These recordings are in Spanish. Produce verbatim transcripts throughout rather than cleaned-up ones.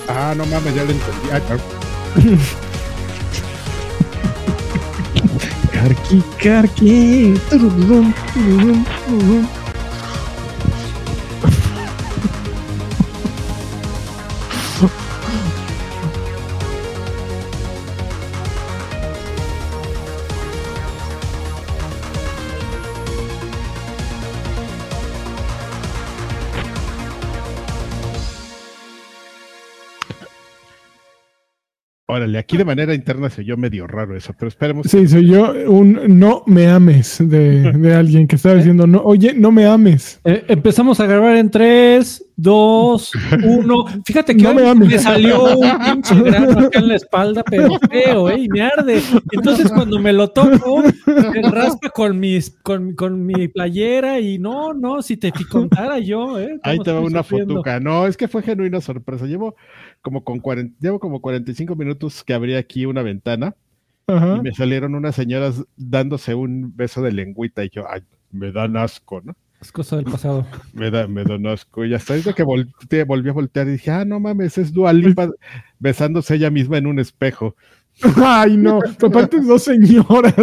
Ah, no mames, ya lo entendí. Ah, claro. Carqui, carqui. Tururum, tururum, tururum. Órale, aquí de manera interna se oyó medio raro eso, pero esperemos. Sí, soy yo un no me ames de, de alguien que estaba diciendo, no, oye, no me ames. Eh, empezamos a grabar en tres, dos, uno. Fíjate que No hoy me ames. me salió un pinche grano acá en la espalda, pero feo, ¿eh? Y me arde. Entonces cuando me lo toco, me raspa con, mis, con, con mi playera y no, no, si te contara yo, ¿eh? Ahí ¿Cómo te va estoy una sufriendo? fotuca. No, es que fue genuina sorpresa. Llevo como con cuarenta, llevo como cuarenta y cinco minutos que abrí aquí una ventana Ajá. y me salieron unas señoras dándose un beso de lengüita y yo, ay, me dan asco, ¿no? Es cosa del pasado. Me da, me dan asco. Y hasta ahorita que volteé, volví a voltear y dije, ah, no mames, es Dua Lipa besándose ella misma en un espejo. Ay, no, aparte dos señoras.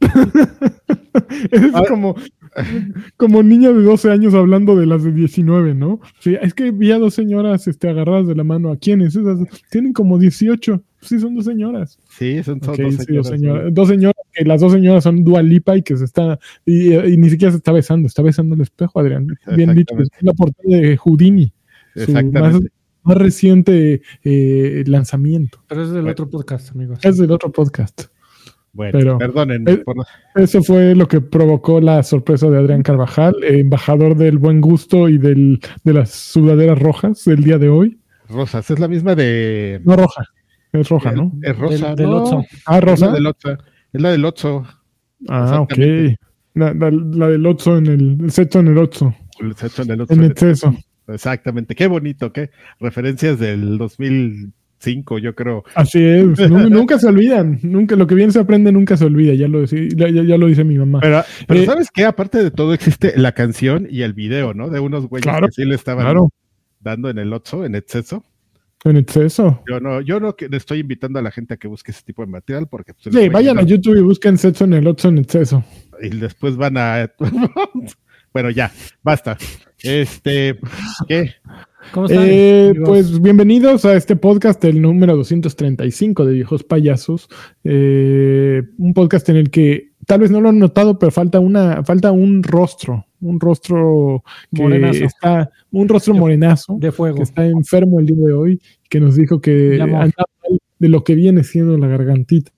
Es Ah. como, como niña de doce años hablando de las de diecinueve, ¿no? Sí, es que vi a dos señoras este, agarradas de la mano. ¿A quiénes? Esas tienen como dieciocho. Sí, son dos señooras. Sí, son, son Ok, dos sí, señoras. dos señoras. Dos señoras, que las dos señoras son Dua Lipa y que se está, y, y ni siquiera se está besando, está besando el espejo, Adrián. Bien dicho, es la portada de Houdini. Su más, Exactamente. más reciente eh, lanzamiento. Pero es del Bueno. otro podcast, amigos. Es del otro podcast. Bueno, Pero- perdónenme. eh, por... Eso fue lo que provocó la sorpresa de Adrián Carvajal, eh, embajador del buen gusto y del, de las sudaderas rojas del día de hoy. Rosas, es la misma de... No roja, es roja, ¿no? Es rosa, Del- del no, Otso. Ah, Es la rosa. del Otso. Es la del Otso. Ah, ok. exactamente. La, la, la del Otso en el, el sexo en el Otso, El sexo en el Otso. en exceso. Exactamente. Qué bonito, qué referencias del dos mil cinco, yo creo. Así es, nu- nunca se olvidan, nunca, lo que bien se aprende nunca se olvida, ya lo, decí- ya, ya- ya lo dice mi mamá. Pero, pero Eh, ¿sabes qué? Aparte de todo existe la canción y el video, ¿no? De unos güeyes Claro, que sí le estaban Claro, dando en el Otso, en exceso. en exceso. Yo no, yo no que- le estoy invitando a la gente a que busque ese tipo de material porque pues, Sí, les vayan a llenar YouTube y busquen sexo en el Otso en exceso. y después van a bueno, ya, basta. Este, ¿qué? ¿Cómo están? Eh, amigos? pues bienvenidos a este podcast, el número doscientos treinta y cinco de Viejos Payasos. Eh, un podcast en el que tal vez no lo han notado, pero falta una, falta un rostro, un rostro que Morenazo. está, un rostro morenazo, De fuego. que está enfermo el día de hoy, que nos dijo que De amor. anda mal de lo que viene siendo la gargantita.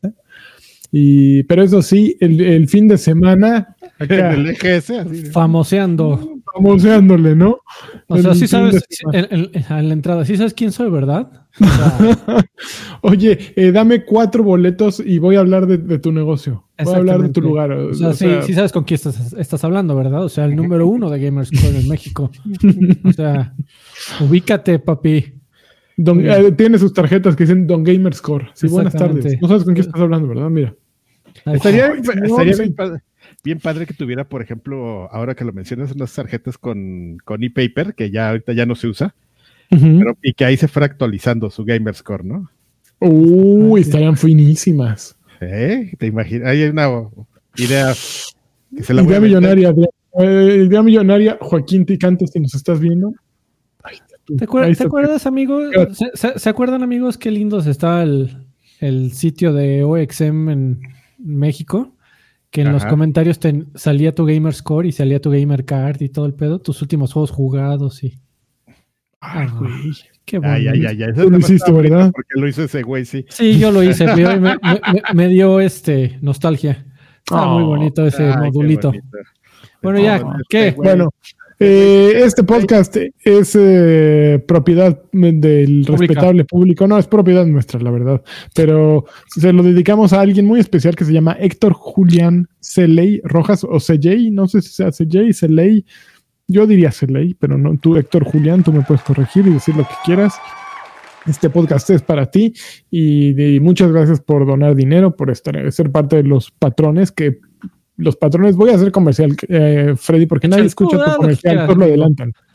Y, pero eso sí, el, el fin de semana, En acá, el eje ese, así de- Famoseando. famoseándole, ¿no? O sea, El sí fin sabes, de sí, semana. en, en- en la entrada, sí sabes quién soy, ¿verdad? O sea, Oye, eh, dame cuatro boletos y voy a hablar de, de tu negocio. Voy a hablar de tu exactamente. lugar. O sea, O sí, sea, sí sabes con quién estás, estás hablando, ¿verdad? O sea, el número uno de Gamerscore en México. O sea, ubícate, papi. don- eh, tiene sus tarjetas que dicen Don Gamerscore. Sí, buenas Exactamente. tardes. No sabes con quién estás hablando, ¿verdad? Mira. Ahí Estaría, está. no, estaría sí. bien, padre, bien padre que tuviera, por ejemplo, ahora que lo mencionas, unas tarjetas con, con e-paper, que ya ahorita ya no se usa, Ujú. pero, y que ahí se fuera actualizando su Gamerscore, ¿no? Uy, estarían finísimas. ¿Eh? ¿Te imaginas? Hay una idea que se la voy Idea a vender. millonaria. eh, idea millonaria, Joaquín Ticantes, si nos estás viendo. Ahí está tú. ¿Te, acuer- Ahí te está tú. acuerdas, amigos? Claro. ¿Se, se- se acuerdan, amigos, qué lindos está el, el sitio de O X M en México? Que en los Ajá. comentarios te salía tu Gamerscore y salía tu Gamer Card y todo el pedo, tus últimos juegos jugados y... Ay, güey. Qué bueno. Ay, ay, ay, ay. Eso Tú lo nada más hiciste, estaba bonito ¿verdad? Porque lo hizo ese güey, sí. Sí, yo lo hice, me, me- me- me dio este nostalgia. Está muy Oh, bonito ese Ay, qué modulito. bonito. Bueno, ya, Entonces, ¿qué? este güey- Bueno, eh, este podcast es eh, propiedad del Pública. respetable público. No, es propiedad nuestra, la verdad. Pero se lo dedicamos a alguien muy especial que se llama Héctor Julián Celey Rojas o Celey. No sé si sea Celey, Celey. Yo diría Celey, pero no. Tú, Héctor Julián, tú me puedes corregir y decir lo que quieras. Este podcast es para ti y, y muchas gracias por donar dinero, por estar, ser parte de los patrones que los patrones, voy a hacer comercial, eh, Freddy, porque Echa nadie el escucha culo, tu haz lo que comercial, quieras, todos lo amigo. adelantan.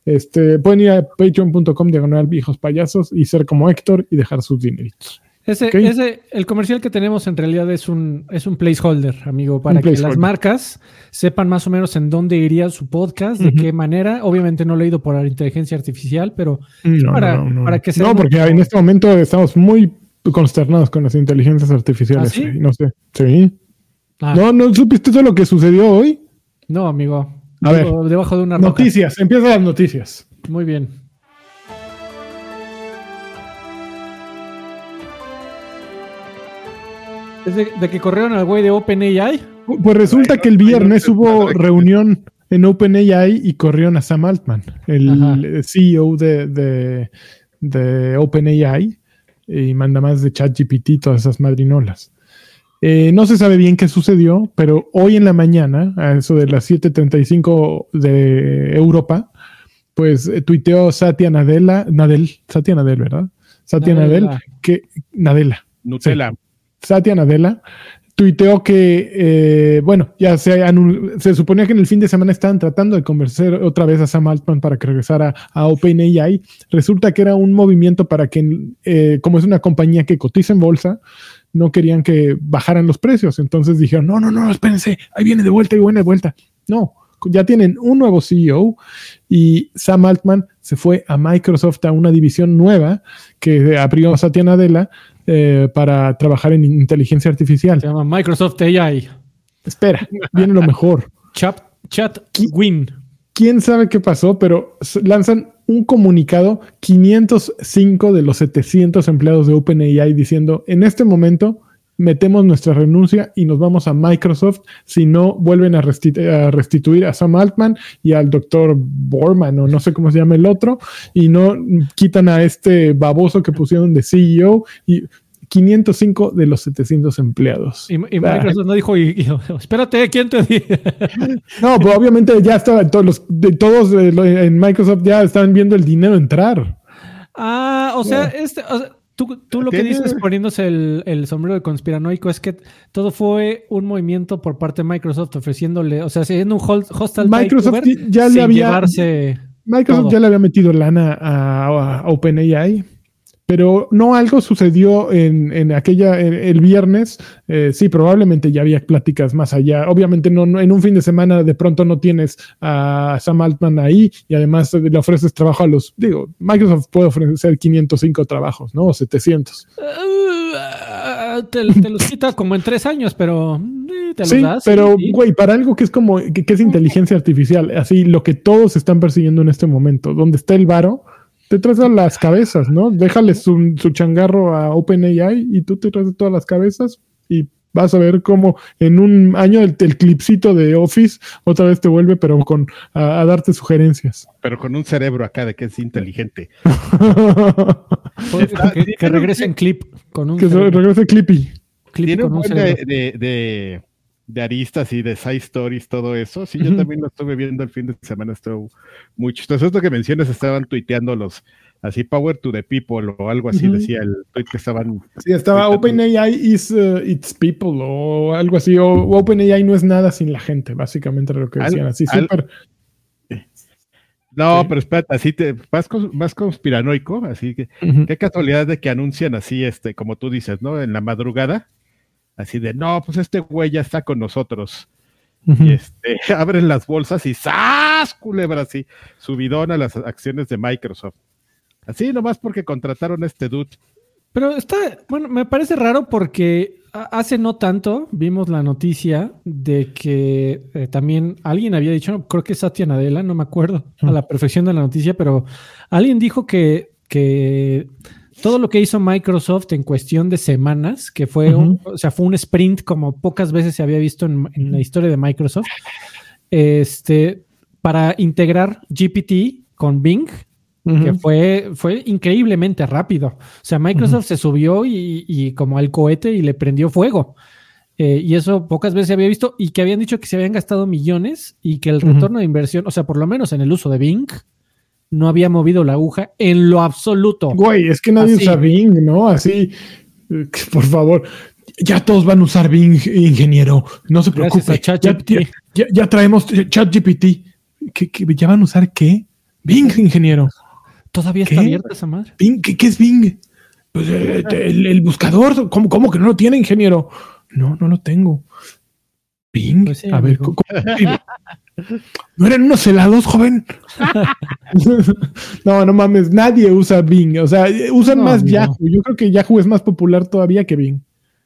Este, pueden ir a patreon punto com diagonal viejos payasos y ser como Héctor y dejar sus dineritos. Ese, ¿Okay? ese, el comercial que tenemos en realidad es un, es un placeholder, amigo, para Un que placeholder. las marcas sepan más o menos en dónde iría su podcast, de Ujú. qué manera. Obviamente no leído por la inteligencia artificial, pero No, para, no, no, para que sea no, uno porque como- en este momento estamos muy consternados con las inteligencias artificiales. ¿Ah, sí? eh, No sé. Sí. Ah, No, ¿no supiste todo lo que sucedió hoy? no, amigo. A ver, Vivo debajo de una roca. Noticias, empiezan las noticias. Muy bien. ¿Es de, de que corrieron al güey de OpenAI? Pues resulta Ay, que el no, viernes no, no, hubo no, no, no. reunión en OpenAI y corrieron a Sam Altman, el Ajá. C E O de, de, de OpenAI, y manda más de ChatGPT y todas esas madrinolas. Eh, no se sabe bien qué sucedió, pero hoy en la mañana, a eso de las siete treinta y cinco de Europa, pues eh, tuiteó Satya Nadella, Nadell, Satya Nadell, ¿verdad? Satya Nadella. Nadell, que Nadella. Nutella. Satya Nadella tuiteó que, eh, bueno, ya se, anun- se suponía que en el fin de semana estaban tratando de convencer otra vez a Sam Altman para que regresara a OpenAI. Resulta que era un movimiento para que, eh, como es una compañía que cotiza en bolsa, no querían que bajaran los precios. Entonces dijeron, no, no, no, espérense, ahí viene de vuelta, ahí viene de vuelta. No, ya tienen un nuevo C E O y Sam Altman se fue a Microsoft, a una división nueva que abrió Satya Nadella eh, para trabajar en inteligencia artificial. Se llama Microsoft A I. Espera, viene lo mejor. Chat, chat ¿Qui- Win. ¿Quién sabe qué pasó? Pero s- lanzan un comunicado quinientos cinco de los setecientos empleados de OpenAI diciendo, en este momento metemos nuestra renuncia y nos vamos a Microsoft si no vuelven a, resti- a restituir a Sam Altman y al doctor Borman, o no sé cómo se llama el otro, y no quitan a este baboso que pusieron de C E O, y quinientos cinco de los setecientos empleados. Y, y Microsoft no dijo, y, y- espérate, ¿quién te dijo? No, pero obviamente ya estaban todos los, de todos eh, lo- en Microsoft ya estaban viendo el dinero entrar. Ah, o sea, este, o sea, tú, tú lo que Tiene- dices poniéndose el, el sombrero de conspiranoico es que todo fue un movimiento por parte de Microsoft ofreciéndole, o sea, siendo un hol- hostile Microsoft takeover ya le sin había- llevarse Microsoft todo. ya le había metido lana a, a OpenAI, pero no, algo sucedió en, en aquella, el, el viernes. Eh, sí, probablemente ya había pláticas más allá. Obviamente no, no, en un fin de semana de pronto no tienes a Sam Altman ahí y además le ofreces trabajo a los, digo, Microsoft puede ofrecer quinientos cinco trabajos, ¿no? O setecientos. Uh, te, te los quita como en tres años, pero eh, te los Sí, das. pero sí. güey, para algo que es como, que, que es inteligencia artificial, así lo que todos están persiguiendo en este momento, donde está el varo, te traes a las cabezas, ¿no? Déjale su, su changarro a OpenAI y tú te traes a todas las cabezas y vas a ver cómo en un año el, el clipcito de Office otra vez te vuelve, pero con a, a darte sugerencias. Pero con un cerebro acá de que es inteligente. Pues, que, que regrese en clip con un Que se cerebro. regrese Clippy. Clip Tiene con un un buen de, cerebro. de, de, de aristas y de side stories, todo eso. Sí, yo Ujú. también lo estuve viendo el fin de semana, estuvo muy chistoso. Esto que mencionas, estaban tuiteando los, así, Power to the People o algo así, Ujú. decía el tweet que estaban. Sí, estaba OpenAI is uh, its people o algo así, o OpenAI no es nada sin la gente, básicamente era lo que Al- decían, así al- súper. No, Sí. pero espérate, así te, más, cons- más conspiranoico, así que, Ujú. qué casualidad de que anuncian así, este, como tú dices, ¿no? En la madrugada, así de, no, pues este güey ya está con nosotros. Ujú. Y este, abren las bolsas y ¡zas! Culebra, así, subidón a las acciones de Microsoft. Así nomás porque contrataron a este dude. Pero está, bueno, me parece raro porque a- hace no tanto vimos la noticia de que eh, también alguien había dicho, creo que Satya Nadella, no me acuerdo a la perfección de la noticia, pero alguien dijo que, que todo lo que hizo Microsoft en cuestión de semanas, que fue, un, o sea, fue un sprint como pocas veces se había visto en, en la historia de Microsoft, este, para integrar G P T con Bing, Ujú. que fue, fue increíblemente rápido. O sea, Microsoft uh-huh. se subió y, y como al cohete y le prendió fuego. Eh, y eso pocas veces se había visto y que habían dicho que se habían gastado millones y que el uh-huh. retorno de inversión, o sea, por lo menos en el uso de Bing, no había movido la aguja en lo absoluto. Güey, es que nadie Así. usa Bing, ¿no? Así, por favor. Ya todos van a usar Bing, ingeniero. No se preocupe. A ya, ya, ya, ya traemos ChatGPT. ¿Qué, qué, ¿Ya van a usar qué? Bing, ingeniero. ¿Todavía ¿Qué? está abierta esa madre? Bing, ¿qué, qué es Bing? Pues eh, el, el buscador. ¿Cómo, ¿Cómo que no lo tiene, ingeniero? No, no lo tengo. Bing. Pues sí, a ver, amigo. ¿cómo, cómo- ¿no eran unos helados, joven? No, no mames, nadie usa Bing. O sea, usan No, más amigo. Yahoo. Yo creo que Yahoo es más popular todavía que Bing.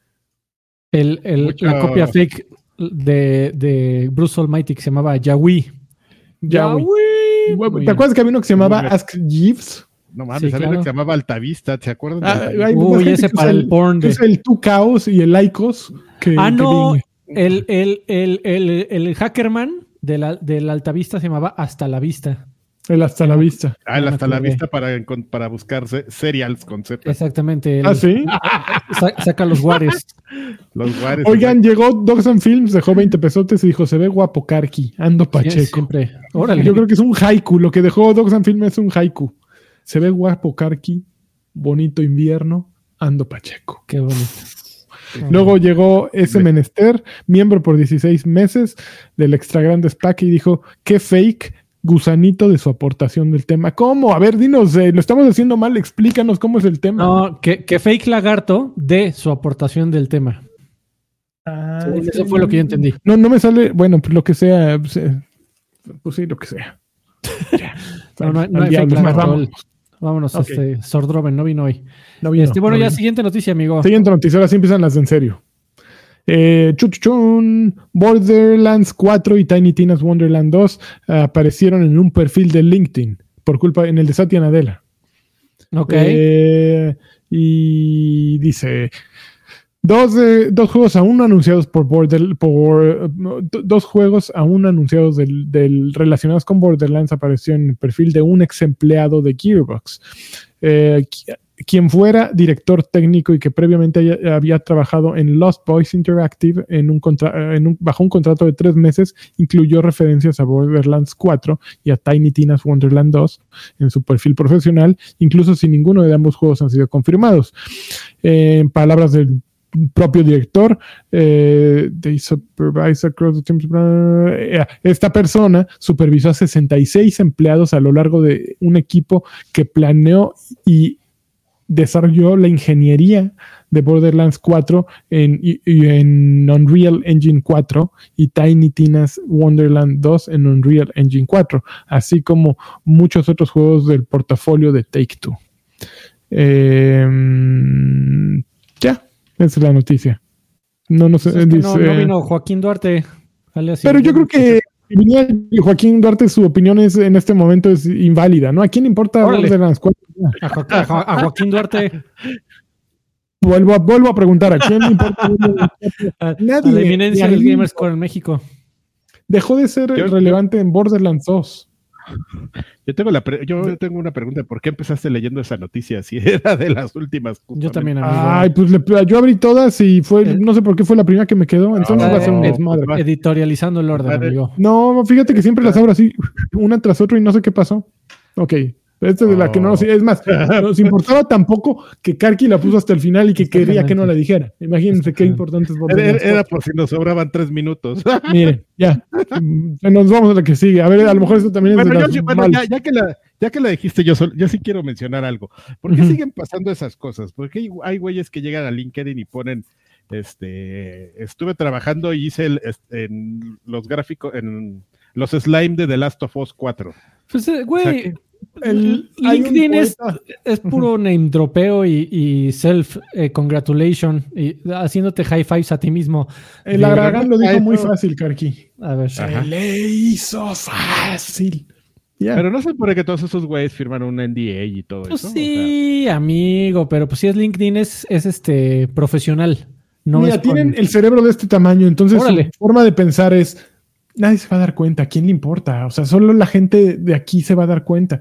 El, el, Mucho- La copia fake de, de Bruce Almighty que se llamaba Yahweh. Yahoo. Muy ¿Te bien. acuerdas que había uno que se llamaba Muy bien. Ask Jeeves? No mames, Sí, había claro. uno que se llamaba Altavista, ¿se acuerdan de Ah, Altavista? hay más Uy, gente ese que para usa el porn que de- usa el Two Chaos y el Lycos que, Ah, que no. Bing. El, el, el, el, el Hackerman de la, del Altavista se llamaba Hasta la Vista. El Hasta la Vista. Ah, el Ya me hasta la acordé. vista para, encon- para buscarse serials con Z. Exactamente. el- ¿Ah, sí? sa- saca los guares. Los guares. Oigan, llegó Dogs and Films, dejó veinte pesotes y dijo, se ve guapo Karki, ando Sí, pacheco. siempre. Órale. Yo creo que es un haiku, lo que dejó Dogs and Films es un haiku. Se ve guapo Karki, bonito invierno, ando pacheco. Qué bonito. Luego llegó ese menester, miembro por dieciséis meses del Extra Grande SPAC y dijo, qué fake, gusanito de su aportación del tema. ¿Cómo? A ver, dinos, eh, lo estamos haciendo mal, explícanos cómo es el tema. No, que, que fake lagarto de su aportación del tema. Ah, Según es eso que fue lo que yo entendí. No, no me sale, bueno, pues lo que sea, pues, eh, pues sí, lo que sea. Ya. No, no, hay- no Al hay diablo, fake más, lagarto. vamos. Vámonos, Ok. este, Sordroven, no vino hoy. No vino, Este, bueno, no ya vino. siguiente noticia, amigo. Siguiente noticia, ahora sí empiezan las de en serio. Eh, chuchuchun, Borderlands cuatro y Tiny Tina's Wonderland dos eh, aparecieron en un perfil de LinkedIn por culpa en el de Satya Nadella. Ok. Eh, y dice dos, de- dos juegos aún no anunciados por Border por eh, no, do- dos juegos aún no anunciados del, del- relacionados con Borderlands apareció en el perfil de un ex empleado de Gearbox. Eh, qui- quien fuera director técnico y que previamente haya- había trabajado en Lost Boys Interactive en un contra- en un- bajo un contrato de tres meses, incluyó referencias a Borderlands cuatro y a Tiny Tina's Wonderland dos en su perfil profesional, incluso si ninguno de ambos juegos han sido confirmados. Eh, en palabras del propio director, eh, they supervise across the teams, eh, esta persona supervisó a sesenta y seis empleados a lo largo de un equipo que planeó y desarrolló la ingeniería de Borderlands cuatro en, y, y en Unreal Engine cuatro y Tiny Tina's Wonderland dos en Unreal Engine cuatro, así como muchos otros juegos del portafolio de Take-Two. Eh, ya, esa es la noticia. No, no sé. Pues es que dice, no, no vino Joaquín Duarte. alias pero yo creo Joaquín. que si viniera Joaquín Duarte, su opinión es, en este momento es inválida, ¿no? ¿A quién le importa Órale. Borderlands cuatro? A, Jo- a Jo- a Joaquín Duarte. Vuelvo a, vuelvo a preguntar, ¿a quién le importa Borderlands cuatro? A, a Nadie, la eminencia ni a del mí. Gamerscore en México. Dejó de ser Yo- relevante en Borderlands dos. Yo tengo, la pre- yo tengo una pregunta. ¿Por qué empezaste leyendo esa noticia? Si era de las últimas. Yo también, amigo. Ay, pues le- yo abrí todas y fue, Eh. no sé por qué fue la primera que me quedó, entonces No, va a ser un eh, desmadre. Editorializando el orden, Madre. amigo. No, fíjate que siempre las abro así, una tras otra y no sé qué pasó. Ok, esta es de la que no nos... Es más, nos importaba tampoco que Karki la puso hasta el final y que quería que no la dijera. Imagínense qué importante es Era, Borderlands era cuatro. por si nos sobraban tres minutos. Miren, ya, mm, nos vamos a la que sigue. A ver, a lo mejor esto también es Bueno, de yo las sí- bueno, malas. ya, ya que la, ya que la dijiste, yo, sol- yo sí quiero mencionar algo. ¿Por qué Ujú. siguen pasando esas cosas? Porque hay, hay güeyes que llegan a LinkedIn y ponen, este, estuve trabajando y hice el, este, en los gráficos, en los slime de The Last of Us cuatro. Pues, eh, O sea güey, que- El- hay un LinkedIn es, poeta- es puro name dropeo y, y self eh, congratulation y haciéndote high fives a ti mismo. El de- Aragán lo dijo Ay, muy no. fácil, Karki. A ver. Ajá. Se le hizo fácil. Ya. Pero no sé por qué todos esos güeyes firman un N D A y todo Pues eso. o sí, amigo, pero pues si es LinkedIn es, es este profesional. No Mira, es con- tienen el cerebro de este tamaño, entonces Órale. su forma de pensar es, nadie se va a dar cuenta, ¿a quién le importa? O sea, solo la gente de aquí se va a dar cuenta.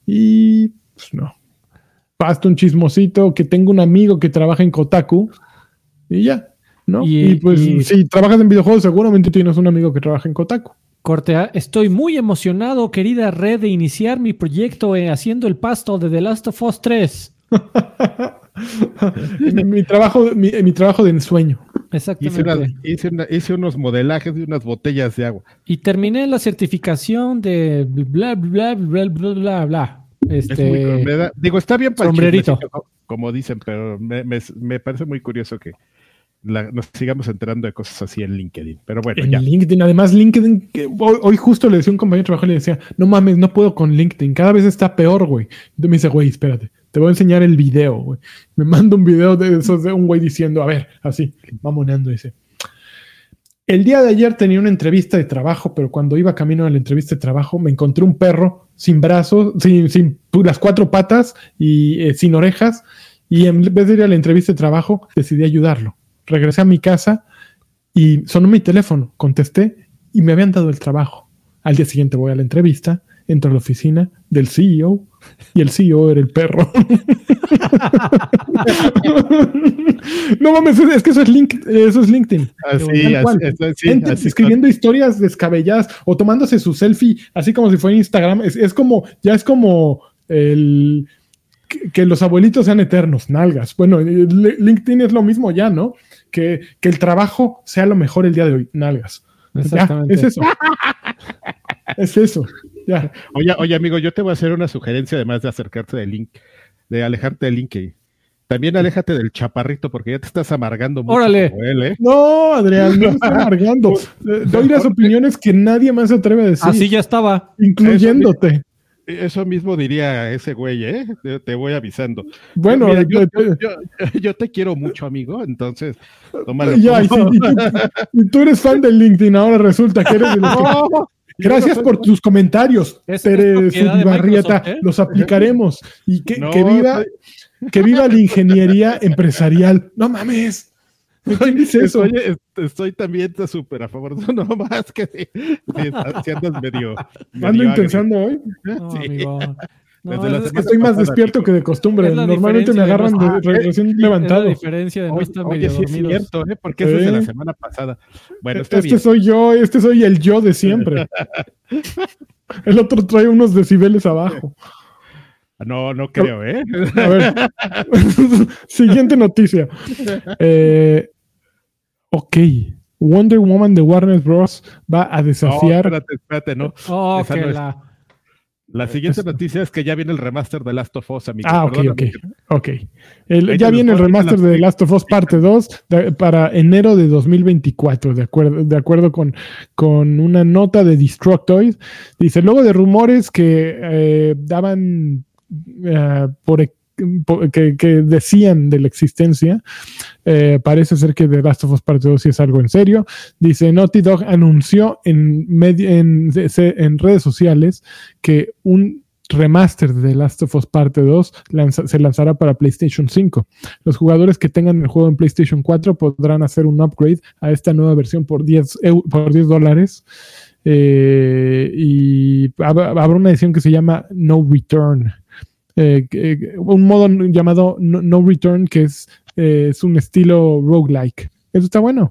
Y pues no. Basta un chismosito, que tengo un amigo que trabaja en Kotaku y ya, ¿no? Y- Y, pues y- si trabajas en videojuegos, seguramente tienes un amigo que trabaja en Kotaku. Corte A. Estoy muy emocionado, querida red, de iniciar mi proyecto eh, haciendo el pasto de The Last of Us tres. mi, mi trabajo, mi, mi trabajo de ensueño. Exactamente. Hice, unas, hice, una, hice unos modelajes de unas botellas de agua. Y terminé la certificación de bla, bla, bla, bla, bla, bla. Este, es muy, me da, digo, está bien para sombrerito, como dicen, pero me, me, me parece muy curioso que la, nos sigamos enterando de cosas así en LinkedIn. Pero bueno, en ya. LinkedIn, además, LinkedIn, que hoy, hoy justo le decía a un compañero de trabajo y le decía, no mames, no puedo con LinkedIn, cada vez está peor, güey. Entonces me dice, güey, espérate, te voy a enseñar el video, güey. Me manda un video de esos de un güey diciendo, a ver, así, mamoneando, dice. El día de ayer tenía una entrevista de trabajo, pero cuando iba camino a la entrevista de trabajo me encontré un perro sin brazos, sin, sin las cuatro patas y eh, sin orejas, y en vez de ir a la entrevista de trabajo decidí ayudarlo. Regresé a mi casa y sonó mi teléfono, contesté y me habían dado el trabajo. Al día siguiente voy a la entrevista, entro a la oficina del C E O y el C E O era el perro. No mames, es que eso es, link, eso es LinkedIn. Así, así, así, Gente así, escribiendo así. Historias descabelladas o tomándose su selfie así como si fuera Instagram. Es, es como, ya es como el que, que los abuelitos sean eternos, nalgas. Bueno, LinkedIn es lo mismo ya, ¿no? Que, que el trabajo sea lo mejor el día de hoy, nalgas. Exactamente. Ya, es eso. Es eso. Ya. Oye, oye, amigo, yo te voy a hacer una sugerencia además de acercarte de link, de alejarte de LinkedIn. También aléjate del chaparrito porque ya te estás amargando mucho. ¡Órale! Como él, ¿eh? No, Adrián, no me estoy amargando. Doy las opiniones que nadie más se atreve a decir. Así ya estaba. Incluyéndote. Eso, eso mismo diría ese güey, ¿eh? Te, te voy avisando. Bueno, Mira, yo, yo, yo, yo, yo te quiero mucho, amigo, entonces tómalo. Ya, y, sí, y, tú, y tú eres fan de LinkedIn, ahora resulta que eres de los que... Gracias no por tus comentarios, Pérez Barrieta. Los aplicaremos. Y que, no, que viva, soy... que viva la ingeniería empresarial. No mames. ¿Quién dice eso? Oye, estoy también súper a favor. No más que si, si andas medio. ¿Ando intensando hoy? No, sí. amigo. No, es, es que estoy más despierto que de costumbre. Normalmente me agarran de, de, de recién levantado. Es la diferencia de no estar oye, medio sí es cierto, ¿eh? Porque eso ¿Eh? es de la semana pasada. Bueno, está este bien. soy yo, este soy el yo de siempre. El otro trae unos decibeles abajo. No, no creo, ¿eh? A ver. Siguiente noticia. Eh, ok. Wonder Woman de Warner Bros. Va a desafiar. No, espérate, espérate, no. Oh, Esa que no la... La siguiente noticia es que ya viene el remaster de Last of Us, amigo. Ah, ok, Perdóname. ok. okay. El, ya viene el remaster de The Last of Us parte dos de, para enero de dos mil veinticuatro, de acuerdo, de acuerdo con, con una nota de Destructoid. Dice, luego de rumores que eh, daban uh, por, por que, que decían de la existencia, eh, parece ser que The Last of Us parte dos sí es algo en serio. Dice, Naughty Dog anunció en, en, en redes sociales que un remaster de The Last of Us parte dos lanza, se lanzará para PlayStation cinco. Los jugadores que tengan el juego en PlayStation cuatro podrán hacer un upgrade a esta nueva versión por diez dólares. Eh, y habrá una edición que se llama No Return. Eh, eh, un modo llamado No, no Return, que es, eh, es un estilo roguelike. Eso está bueno.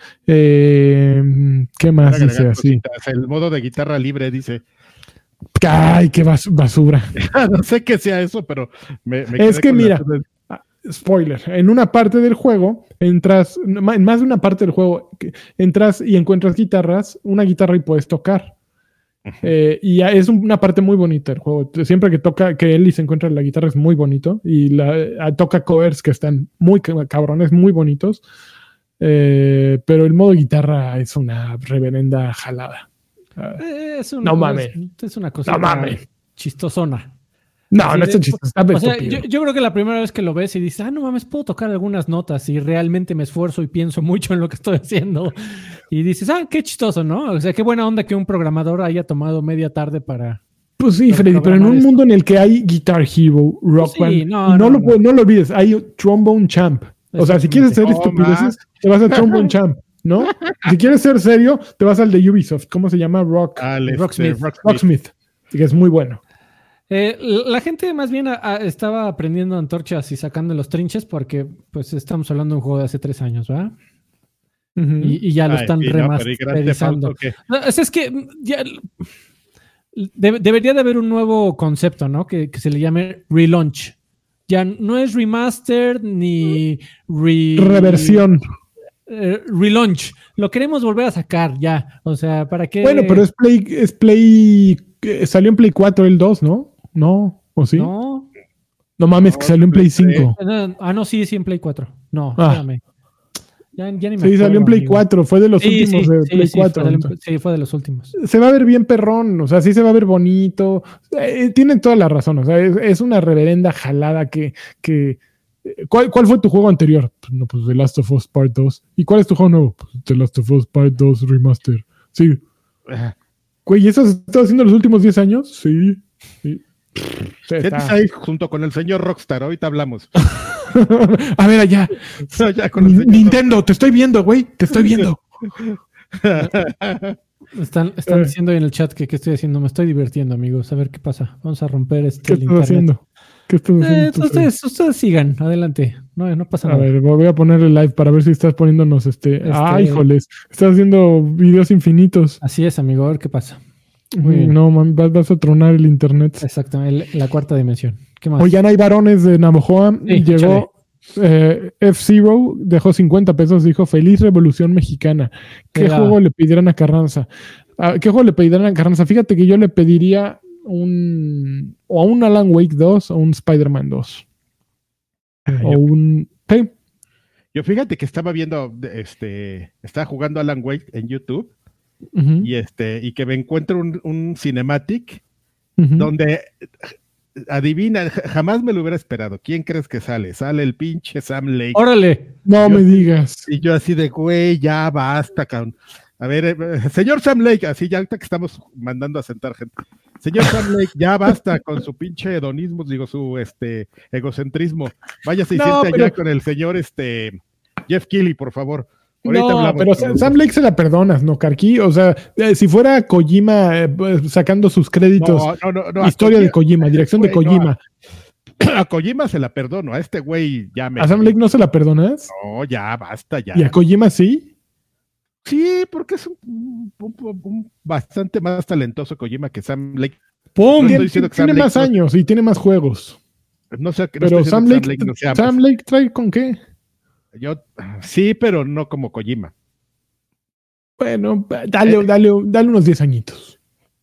Eh, ¿Qué más dice así? El modo de guitarra libre dice. ¡Ay, qué bas basura! No sé qué sea eso, pero me, me es que mira, la... spoiler, en una parte del juego entras, en más de una parte del juego entras y encuentras guitarras, una guitarra y puedes tocar. Eh, y es una parte muy bonita del juego. Siempre que toca, que Ellie se encuentra en la guitarra es muy bonito. Y la, toca covers que están muy cabrones, muy bonitos. Eh, pero el modo guitarra es una reverenda jalada. Uh, es una, no mames. Es una cosa no mames. chistosona. No, Así no es chistoso. Está o sea, yo, yo creo que la primera vez que lo ves y dices, ah, no mames, puedo tocar algunas notas y realmente me esfuerzo y pienso mucho en lo que estoy haciendo. Y dices, ah, qué chistoso, ¿no? O sea, qué buena onda que un programador haya tomado media tarde para... Pues sí, Freddy, pero en un esto. mundo en el que hay Guitar Hero, Rock sí, Band, no, no, no, lo, no. no lo olvides, hay Trombone Champ. O sea, si quieres hacer oh, estupideces, man. te vas a Trombone Champ, ¿no? Si quieres ser serio, te vas al de Ubisoft. ¿Cómo se llama? Rock, ah, Rocksmith. Rocksmith. Rocksmith, que es muy bueno. Eh, la gente más bien a, a, estaba aprendiendo antorchas y sacando los trinches porque pues estamos hablando de un juego de hace tres años, ¿verdad? Uh-huh. y, y ya lo Ay, están sí, remasterizando. No, no, es, es que ya, de, debería de haber un nuevo concepto, ¿no? Que, que se le llame relaunch. Ya no es remaster ni re... reversión. eh, relaunch. Lo queremos volver a sacar ya. O sea, ¿para qué? Bueno, pero es Play, es Play, eh, salió en Play cuatro el dos, ¿no? No, ¿o sí? No. No mames, No, que salió en Play Play cinco. Ah, no, sí, sí, en Play cuatro. No, Ah. espérame. Ya, ya ni me Sí, acuerdo, salió en Play amigo. cuatro, fue de los Sí, últimos sí, de sí, Play sí, cuatro. Fue del- entonces. sí, fue de los últimos. Se va a ver bien perrón, o sea, sí se va a ver bonito. Eh, tienen toda la razón, o sea, es, es una reverenda jalada que... que ¿cuál, ¿Cuál fue tu juego anterior? Pues, no, pues The Last of Us Part dos. ¿Y cuál es tu juego nuevo? Pues The Last of Us Part dos Remaster. Sí. Güey, ¿y eso se está haciendo los últimos diez años? Sí. sí. Sí, está. Siéntese ahí junto con el señor Rockstar, ahorita hablamos. A ver, allá. Ya con el Ni- señor Nintendo, te estoy viendo, güey, te estoy viendo. Están, están Eh. diciendo ahí en el chat que qué estoy haciendo. Me estoy divirtiendo, amigos. A ver qué pasa. Vamos a romper este ¿Qué el estás internet. haciendo? ¿Qué estás Eh, haciendo? tú, ustedes, ustedes sigan, adelante. No, no pasa A nada. ver, voy a ponerle live para ver si estás poniéndonos este. Este- Ah, híjoles. Estás haciendo videos infinitos. Así es, amigo. A ver qué pasa. Muy bien. No, man, vas, vas a tronar el internet. Exactamente, el- la cuarta dimensión. ¿Qué más? Oigan, hay varones de Navojoa. Sí, Llegó eh, F-Zero, dejó cincuenta pesos, dijo Feliz Revolución Mexicana. ¿Qué Era- juego le pedirán a Carranza? ¿A ¿Qué juego le pedirán a Carranza? Fíjate que yo le pediría un. O a un Alan Wake dos o un Spider-Man dos. O Yo, un. ¿Sí? yo fíjate que estaba viendo, este, estaba jugando Alan Wake en YouTube Ujú, y este, y que me encuentro un, un cinematic ujú. donde adivina, j- jamás me lo hubiera esperado. ¿Quién crees que sale? Sale el pinche Sam Lake. ¡Órale! No Yo- me digas. Y yo así de, güey, ya basta, cabrón. A ver, eh, señor Sam Lake, así ya ahorita que estamos mandando a sentar gente. Señor Sam Lake, ya basta con su pinche hedonismo, digo, su este egocentrismo. Váyase y No, siente pero- allá con el señor este Jeff Keighley, por favor. Ahorita No, hablamos pero con Sam los Sam dos. Lake se la perdonas, ¿no, Karki? O sea, eh, si fuera Kojima eh, pues, sacando sus créditos, No, no, no, no, a historia de Kojima- Kojima, dirección de güey, no, Kojima. A Kojima se la perdono, a este güey ya me. ¿A Sam Lake no se la perdonas? No, ya basta, ya. ¿Y a Kojima sí? Sí, porque es un, un- un- un bastante más talentoso Kojima que Sam Lake. ¡Pum! No Tiene, estoy diciendo que Sam tiene Lake más no- años y tiene más juegos. No sé, no Pero estoy Sam diciendo que Lake, no sea- Sam Lake trae con qué? Yo, sí, pero no como Kojima. Bueno, dale, dale, dale unos diez añitos.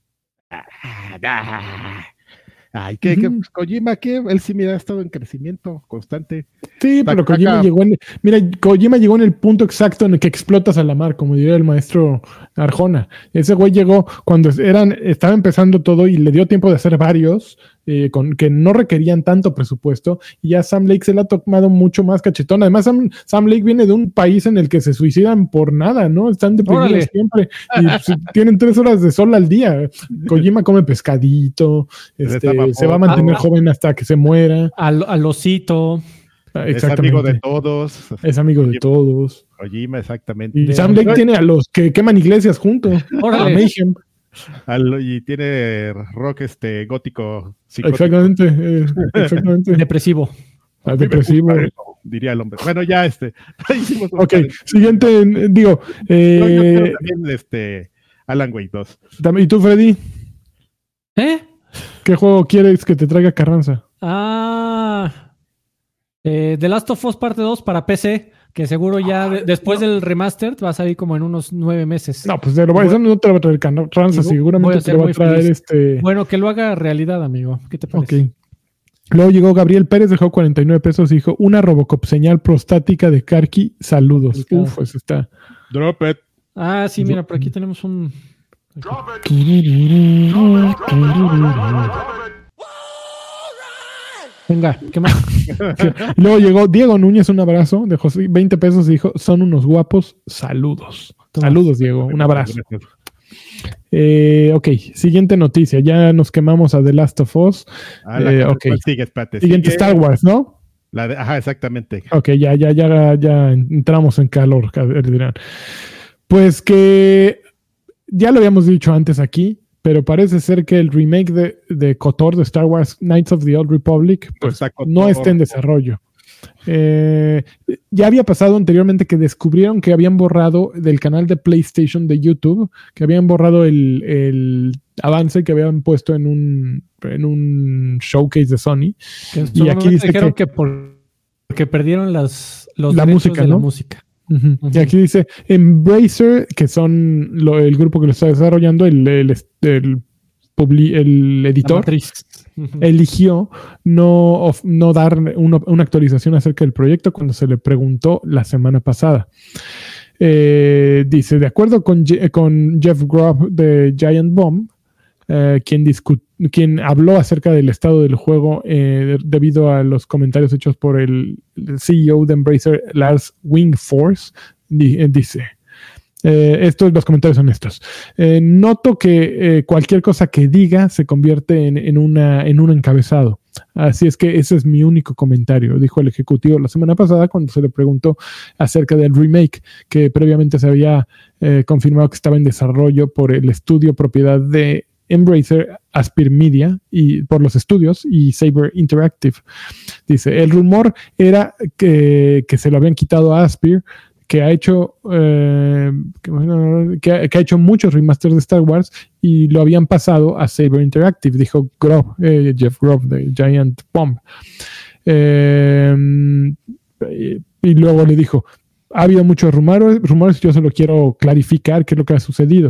Ay, ¿qué, qué, Ujú. Kojima, ¿qué? Él sí, mira, ha estado en crecimiento constante. Sí, pero Saca- Kojima llegó en. Mira, Kojima llegó en el punto exacto en el que explotas a la mar, como diría el maestro Arjona. Ese güey llegó cuando eran, estaba empezando todo y le dio tiempo de hacer varios eh, con, que no requerían tanto presupuesto. Y ya Sam Lake se le ha tomado mucho más cachetón. Además, Sam, Sam Lake viene de un país en el que se suicidan por nada, ¿no? Están deprimidos Órale. siempre y pues, tienen tres horas de sol al día. Kojima come pescadito, Les este, tapa se va a foto. mantener joven hasta que se muera. Al, al osito. Es amigo de todos. Es amigo de todos. Kojima, exactamente. Y De- Sam Lake tiene a los que queman iglesias juntos. A Órale. Mayhem. Al- y tiene rock este gótico psicótico. Exactamente. eh, exactamente. Depresivo. Ah, A mí me depresivo. gusta eso, diría el hombre. Bueno, ya este. hicimos un Ok, par de- siguiente. eh, Digo, Yo, yo quiero eh, también este Alan Wake dos. dame- ¿y tú, Freddy? ¿Eh? ¿Qué juego quieres que te traiga Carranza? Ah. Eh, The Last of Us Parte dos para P C, que seguro ya de- después del remaster va a salir como en unos nueve meses. No, pues de lo, eso no te lo va a traer Carranza, Voy a seguramente te ser lo va a muy traer feliz. este. Bueno, que lo haga realidad, amigo. ¿Qué te Ok. parece? Luego llegó Gabriel Pérez, dejó cuarenta y nueve pesos y dijo: Una Robocop señal prostática de Karki, saludos. Complicado. Uf, pues está. Drop it. Ah, sí, mira, por aquí tenemos un. Venga, ¿qué más? Luego llegó Diego Núñez, un abrazo, dejó veinte pesos y dijo: Son unos guapos, saludos. Toma. Saludos, Diego, un abrazo. Gracias. Eh, ok, siguiente noticia. Ya nos quemamos a The Last of Us. Ah, la Eh, que- ok. ¿cuál sigue? Espérate, Siguiente sigue Star Wars, ¿no? la de- ajá, exactamente. Ok, ya, ya, ya, ya entramos en calor, dirán. Pues que ya lo habíamos dicho antes aquí, pero parece ser que el remake de, de KOTOR de Star Wars Knights of the Old Republic pues, Está KOTOR. no está en desarrollo. Eh, ya había pasado anteriormente que descubrieron que habían borrado del canal de PlayStation de YouTube, que habían borrado el, el avance que habían puesto en un, en un showcase de Sony. Que Y aquí dice dijeron que- que, por- que perdieron las, los La derechos música, de ¿no? la música. Uh-huh. Uh-huh. Y aquí dice Embracer, que son lo, el grupo que lo está desarrollando, el, el, el, publi, el editor, uh-huh. eligió no, no dar una, una actualización acerca del proyecto cuando se le preguntó la semana pasada. Eh, dice, de acuerdo con, con Jeff Grubb de Giant Bomb, eh, quien, discu- quien habló acerca del estado del juego eh, debido a los comentarios hechos por el, el C E O de Embracer, Lars Wingforce, di- eh, dice, eh, estos, los comentarios son estos. Eh, noto que eh, cualquier cosa que diga se convierte en, en, una, en un encabezado. Así es que ese es mi único comentario, dijo el ejecutivo la semana pasada cuando se le preguntó acerca del remake que previamente se había eh, confirmado que estaba en desarrollo por el estudio propiedad de Embracer, Aspyr Media, y por los estudios y Saber Interactive. Dice, el rumor era que, que se lo habían quitado a Aspyr, que ha hecho eh, que, que, ha, que ha hecho muchos remasters de Star Wars y lo habían pasado a Saber Interactive, dijo Grubb, eh, Jeff Grubb de Giant Bomb. Eh, y luego le dijo, ha habido muchos rumores, rumores, yo solo quiero clarificar qué es lo que ha sucedido.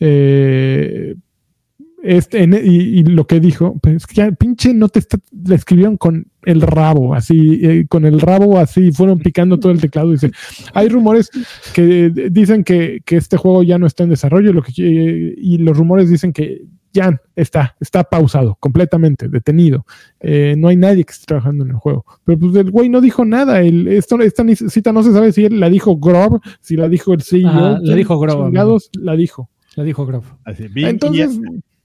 Eh, Este, en, y, y lo que dijo, pues es que ya pinche no te está, le escribieron con el rabo, así, eh, con el rabo así, fueron picando todo el teclado. Dice, hay rumores que dicen que, que este juego ya no está en desarrollo, lo que, y los rumores dicen que ya está, está pausado, completamente, detenido. Eh, no hay nadie que esté trabajando en el juego. Pero pues el güey no dijo nada. El, esto, esta cita no se sabe si él la dijo Grubb, si la dijo el C E O. Ah, la dijo Grubb. La dijo. La dijo Grubb. Así, Bing, entonces...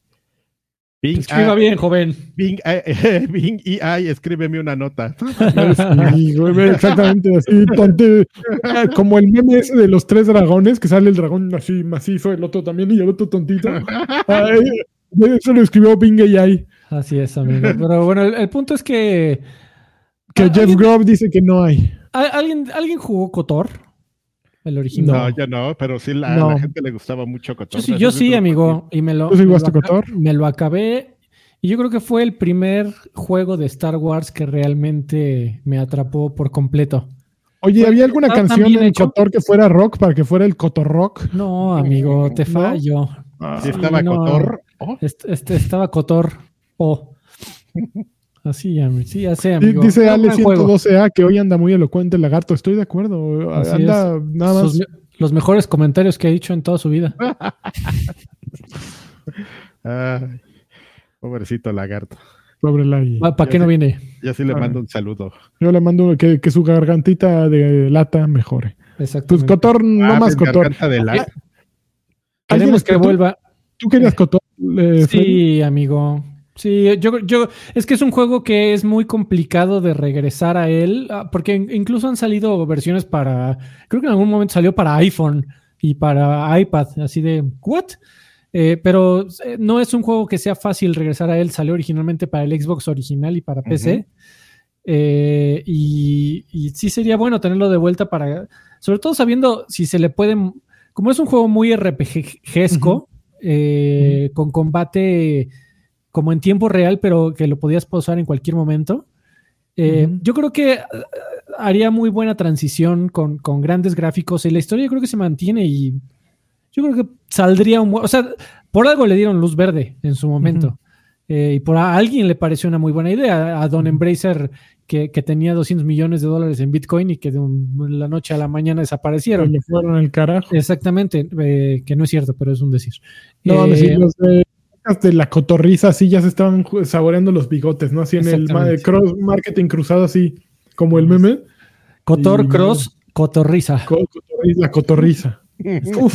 Bing, Escriba bien, joven. Bing, eh, Bing E I, escríbeme una nota. Sí, güey, exactamente así, tonte, como el meme ese de los tres dragones, que sale el dragón así macizo, el otro también y el otro tontito. Ay, eso lo escribió Bing E I. Así es, amigo. Pero bueno, el, el punto es que... Que Jeff Grubb dice que no hay. ¿Alguien, ¿alguien jugó KOTOR? El original. No, yo no, pero sí la, no. la gente le gustaba mucho KOTOR. Yo sí, yo sí amigo. Y me lo, ¿Tú sí me, jugaste lo KOTOR? me lo acabé. Y yo creo que fue el primer juego de Star Wars que realmente me atrapó por completo. Oye, Fue, ¿había alguna canción en hecho? KOTOR que fuera rock para que fuera el KOTOR rock? No, amigo, te ¿No? fallo. Ah, sí, estaba no, KOTOR. Oh. Este, este estaba KOTOR. Oh. Así, sí, ya sé, amigo. Dice Ale ciento doce A que hoy anda muy elocuente el lagarto. Estoy de acuerdo. Así anda es. Nada más. Sus, los mejores comentarios que ha dicho en toda su vida. Ay, pobrecito lagarto. Pobre Lagui. ¿Para qué no viene? Yo sí le mando un saludo. Yo le mando que, que su gargantita de lata mejore. Exacto. Pues KOTOR, no ah, más KOTOR. De lata. Queremos que vuelva. ¿Tú querías KOTOR? Eh, sí, Freddy? Amigo. Sí, yo, yo, es que es un juego que es muy complicado de regresar a él, porque incluso han salido versiones para, creo que en algún momento salió para iPhone y para iPad, así de, ¿what? Eh, pero no es un juego que sea fácil regresar a él, salió originalmente para el Xbox original y para P C, uh-huh. eh, y, y sí sería bueno tenerlo de vuelta para, sobre todo sabiendo si se le pueden, como es un juego muy R P G-esco, uh-huh. eh, uh-huh. con combate como en tiempo real, pero que lo podías pausar en cualquier momento. Eh, uh-huh. Yo creo que haría muy buena transición con, con grandes gráficos y la historia yo creo que se mantiene y yo creo que saldría un... O sea, por algo le dieron luz verde en su momento. Uh-huh. Eh, y por a alguien le pareció una muy buena idea. A Don uh-huh. Embracer, que, que tenía doscientos millones de dólares en Bitcoin y que de un, la noche a la mañana desaparecieron. Le fueron al carajo. Exactamente. Eh, que no es cierto, pero es un decir. No, eh, sí, los de... de la cotorriza, así ya se estaban saboreando los bigotes, ¿no? Así en el cross marketing cruzado, así como el meme. Cotor, y, cross, cotorriza. Cotorriza, la cotorriza. Uf.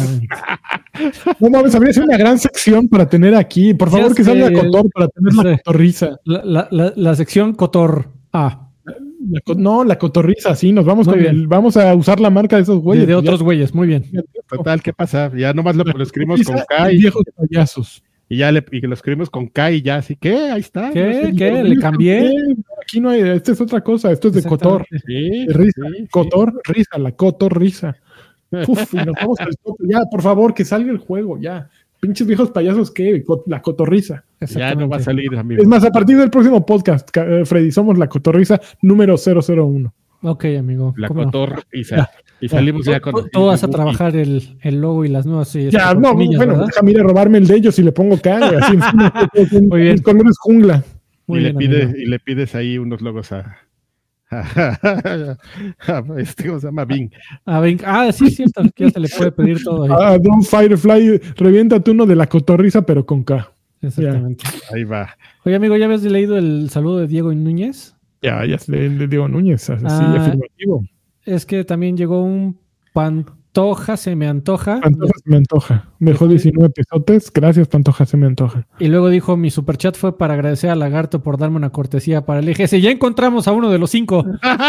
No mames, habría sido una gran sección para tener aquí. Por favor, ya que salga Cotor para tener la cotorriza. La, la, la, la sección Cotor A. La, no, la cotorriza, sí, nos vamos con el, vamos a usar la marca de esos güeyes. De, de otros güeyes, muy bien. Total, ¿qué pasa? Ya nomás lo, lo escribimos con K. Y viejos payasos. Y ya le, y lo escribimos con K y ya, así que ahí está. ¿Qué? No sé, ¿Qué? ¿Le cambié? Aquí no hay, esta es otra cosa, esto es de Cotor. Sí, de risa. Sí, Cotor, sí. Risa, la Cotor, risa. Uf, y nos vamos al tope. Ya, por favor, que salga el juego, ya. Pinches viejos payasos, ¿qué? La Cotorriza. Ya no va a salir, amigo. Es más, a partir del próximo podcast, Freddy, somos la Cotorriza número cero cero uno. Ok, amigo. La Cotorriza. No? Y salimos ya con... Tú, tú vas a trabajar el, el logo y las nuevas... Sí, ya, no, comillas, bueno, déjame ir a robarme el de ellos y le pongo cara, así encima, muy bien. Mis colores jungla. Muy y, bien, le pide, y le pides ahí unos logos a... a este, ¿cómo se llama? Bing. A Bing. Ah, sí, es cierto, que ya se le puede pedir todo ahí. Ah, Don Firefly, reviéntate uno de la cotorriza, pero con K. Exactamente. Ya. Ahí va. Oye, amigo, ¿ya habías leído el saludo de Diego Núñez? Ya, ya le, le Diego Núñez, así, ah, afirmativo. Es que también llegó un Pantoja, se me antoja. Pantoja se me antoja. Dejó diecinueve pesotes. Gracias, Pantoja, se me antoja. Y luego dijo, mi superchat fue para agradecer a Lagarto por darme una cortesía para el E G S. Ya encontramos a uno de los cinco.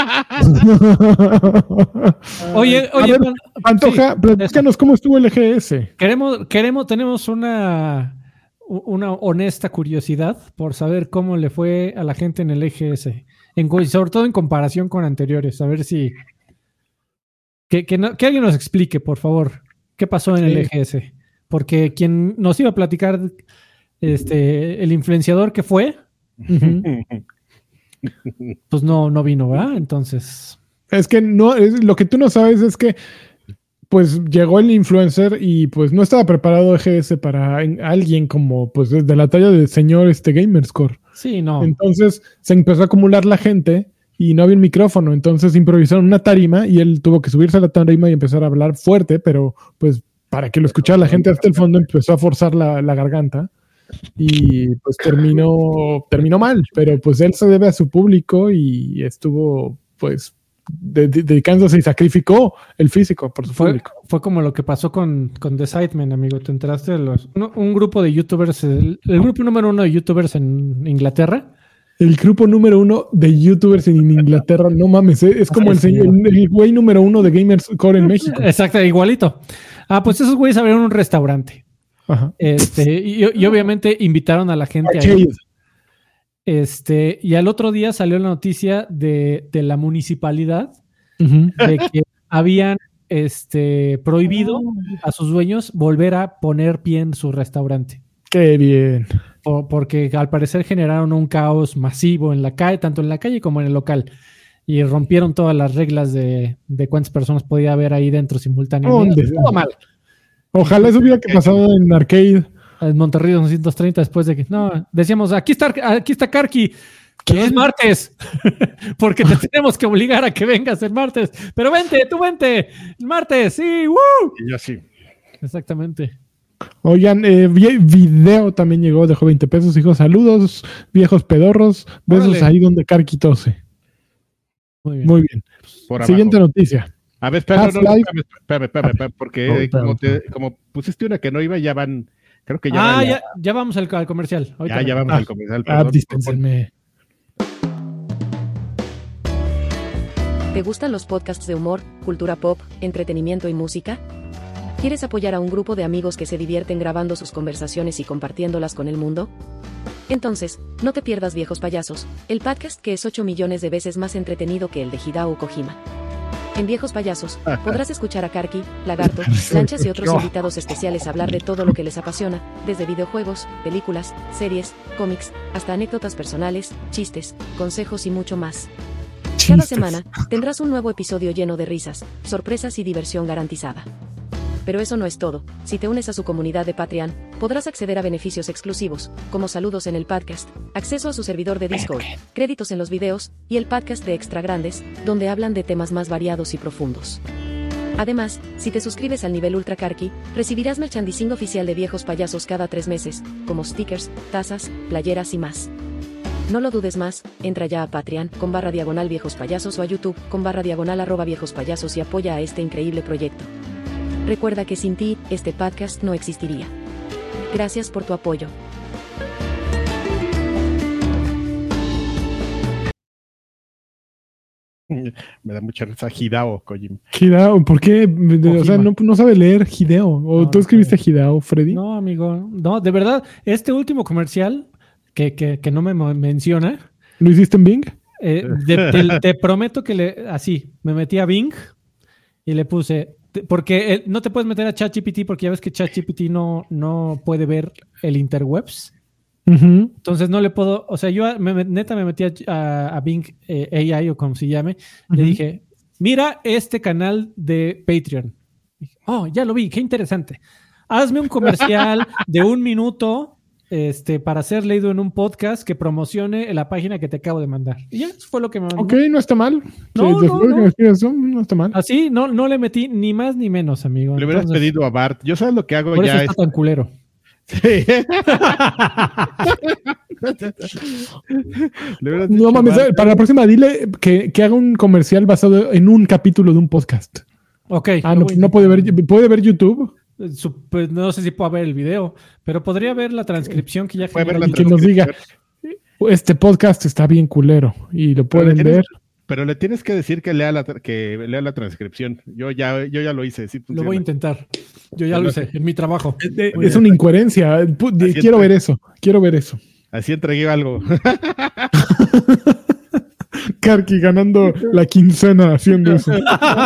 oye, oye, ver, man, Pantoja, sí, platícanos cómo estuvo el E G S. Queremos, queremos, tenemos una, una honesta curiosidad por saber cómo le fue a la gente en el E G S. En, sobre todo en comparación con anteriores. A ver si... Que, que, no, que alguien nos explique, por favor, qué pasó en sí. el E G S. Porque quien nos iba a platicar, este, el influenciador que fue, pues no, no vino, ¿verdad? Entonces... Es que no, es, lo que tú no sabes es que pues llegó el influencer y pues no estaba preparado E G S para alguien como pues de la talla del señor este Gamerscore. Sí, no. Entonces se empezó a acumular la gente y no había un micrófono, entonces improvisaron una tarima y él tuvo que subirse a la tarima y empezar a hablar fuerte, pero pues para que lo escuchara la gente hasta el fondo empezó a forzar la, la garganta y pues terminó, terminó mal, pero pues él se debe a su público y estuvo pues de, de, dedicándose y sacrificó el físico por su fue, público. Fue como lo que pasó con, con The Sidemen, amigo, ¿te enteraste de los, un, un grupo de youtubers, el, el grupo número uno de youtubers en Inglaterra? El grupo número uno de youtubers en Inglaterra, no mames, ¿eh? Es como el, el, el güey número uno de Gamerscore en México. Exacto, igualito. Ah, pues esos güeyes abrieron un restaurante. Ajá. Este, y, y obviamente invitaron a la gente a ir. Este, y al otro día salió la noticia de, de la municipalidad uh-huh. de que habían este, prohibido a sus dueños volver a poner pie en su restaurante. ¡Qué bien! Por, porque al parecer generaron un caos masivo en la calle, tanto en la calle como en el local. Y rompieron todas las reglas de, de cuántas personas podía haber ahí dentro simultáneamente. Todo mal. Ojalá eso hubiera que pasado en Arcade. En Monterrey doscientos treinta, después de que, no, decíamos, aquí está, aquí está Karki, que es martes, porque te tenemos que obligar a que vengas el martes, pero vente, tú vente, el martes, sí, ¡woo! Y yo sí. Exactamente. Oigan, eh, video también llegó, dejó veinte pesos, dijo, saludos, viejos pedorros, besos Órale. Ahí donde Karki tose. Muy bien. Muy bien. Por Siguiente abajo. Noticia. A ver, espera, no, no, espérame, espérame, espérame, espérame, porque no, espérame. Como, te, como pusiste una que no iba, ya van... Creo que ya, ah, ya, ya, ya vamos al, al comercial. Ahorita ya, ya vamos ah, al comercial. Ah, dispénsenme. ¿Te gustan los podcasts de humor, cultura pop, entretenimiento y música? ¿Quieres apoyar a un grupo de amigos que se divierten grabando sus conversaciones y compartiéndolas con el mundo? Entonces, no te pierdas Viejos Payasos, el podcast que es ocho millones de veces más entretenido que el de Hideo Kojima. En Viejos Payasos, podrás escuchar a Karki, Lagarto, Lanchas y otros no. invitados especiales hablar de todo lo que les apasiona, desde videojuegos, películas, series, cómics, hasta anécdotas personales, chistes, consejos y mucho más. Chistes. Cada semana, tendrás un nuevo episodio lleno de risas, sorpresas y diversión garantizada. Pero eso no es todo. Si te unes a su comunidad de Patreon, podrás acceder a beneficios exclusivos, como saludos en el podcast, acceso a su servidor de Discord, créditos en los videos, y el podcast de Extra Grandes, donde hablan de temas más variados y profundos. Además, si te suscribes al nivel Ultra Karki, recibirás merchandising oficial de Viejos Payasos cada tres meses, como stickers, tazas, playeras y más. No lo dudes más, entra ya a Patreon, con barra diagonal Viejos Payasos o a YouTube, con barra diagonal arroba Viejos Payasos y apoya a este increíble proyecto. Recuerda que sin ti, este podcast no existiría. Gracias por tu apoyo. Me da mucha risa Hideo Kojima. Hideo, ¿por qué? Kojima. O sea, no, no sabe leer Hideo. ¿O no, tú escribiste no. Hideo, Freddy? No, amigo. No, de verdad, este último comercial que, que, que no me menciona. ¿Lo hiciste en Bing? Eh, de, te, te prometo que le, así, me metí a Bing y le puse... Porque eh, no te puedes meter a ChatGPT porque ya ves que ChatGPT no, no puede ver el interwebs. Uh-huh. Entonces no le puedo... O sea, yo me, neta me metí a, a, a Bing eh, A I o como se llame. Uh-huh. Le dije, mira este canal de Patreon. Oh, ya lo vi, qué interesante. Hazme un comercial de un minuto este, para ser leído en un podcast que promocione la página que te acabo de mandar. Y ya, eso fue lo que me mandó. Ok, no está mal. No, Sí, no, después no. que me escribas eso, no está mal. Así, no, no le metí ni más ni menos, amigo. Le hubieras Entonces, pedido a Bart. Yo sabes lo que hago por eso ya está es. tan culero. Sí. Le hubieras No dicho a mames, Bart, para la próxima dile que, que haga un comercial basado en un capítulo de un podcast. Ok. Ah, lo no, voy a no puede ver, intentar. puede ver YouTube Su- pues, no sé si puedo ver el video, pero podría ver la transcripción que ya Puede ver generó la y que YouTube. nos diga, este podcast está bien culero y lo Pero le pueden tienes- ver. Pero le tienes que decir que lea la, tra- que lea la transcripción. Yo ya, yo ya lo hice. Sí Lo funciona. voy a intentar. Yo ya lo hice en mi trabajo. Muy Es bien. una incoherencia. Pu- Así Quiero es. ver eso. Quiero ver eso. Así entregué algo. Karki ganando la quincena haciendo eso.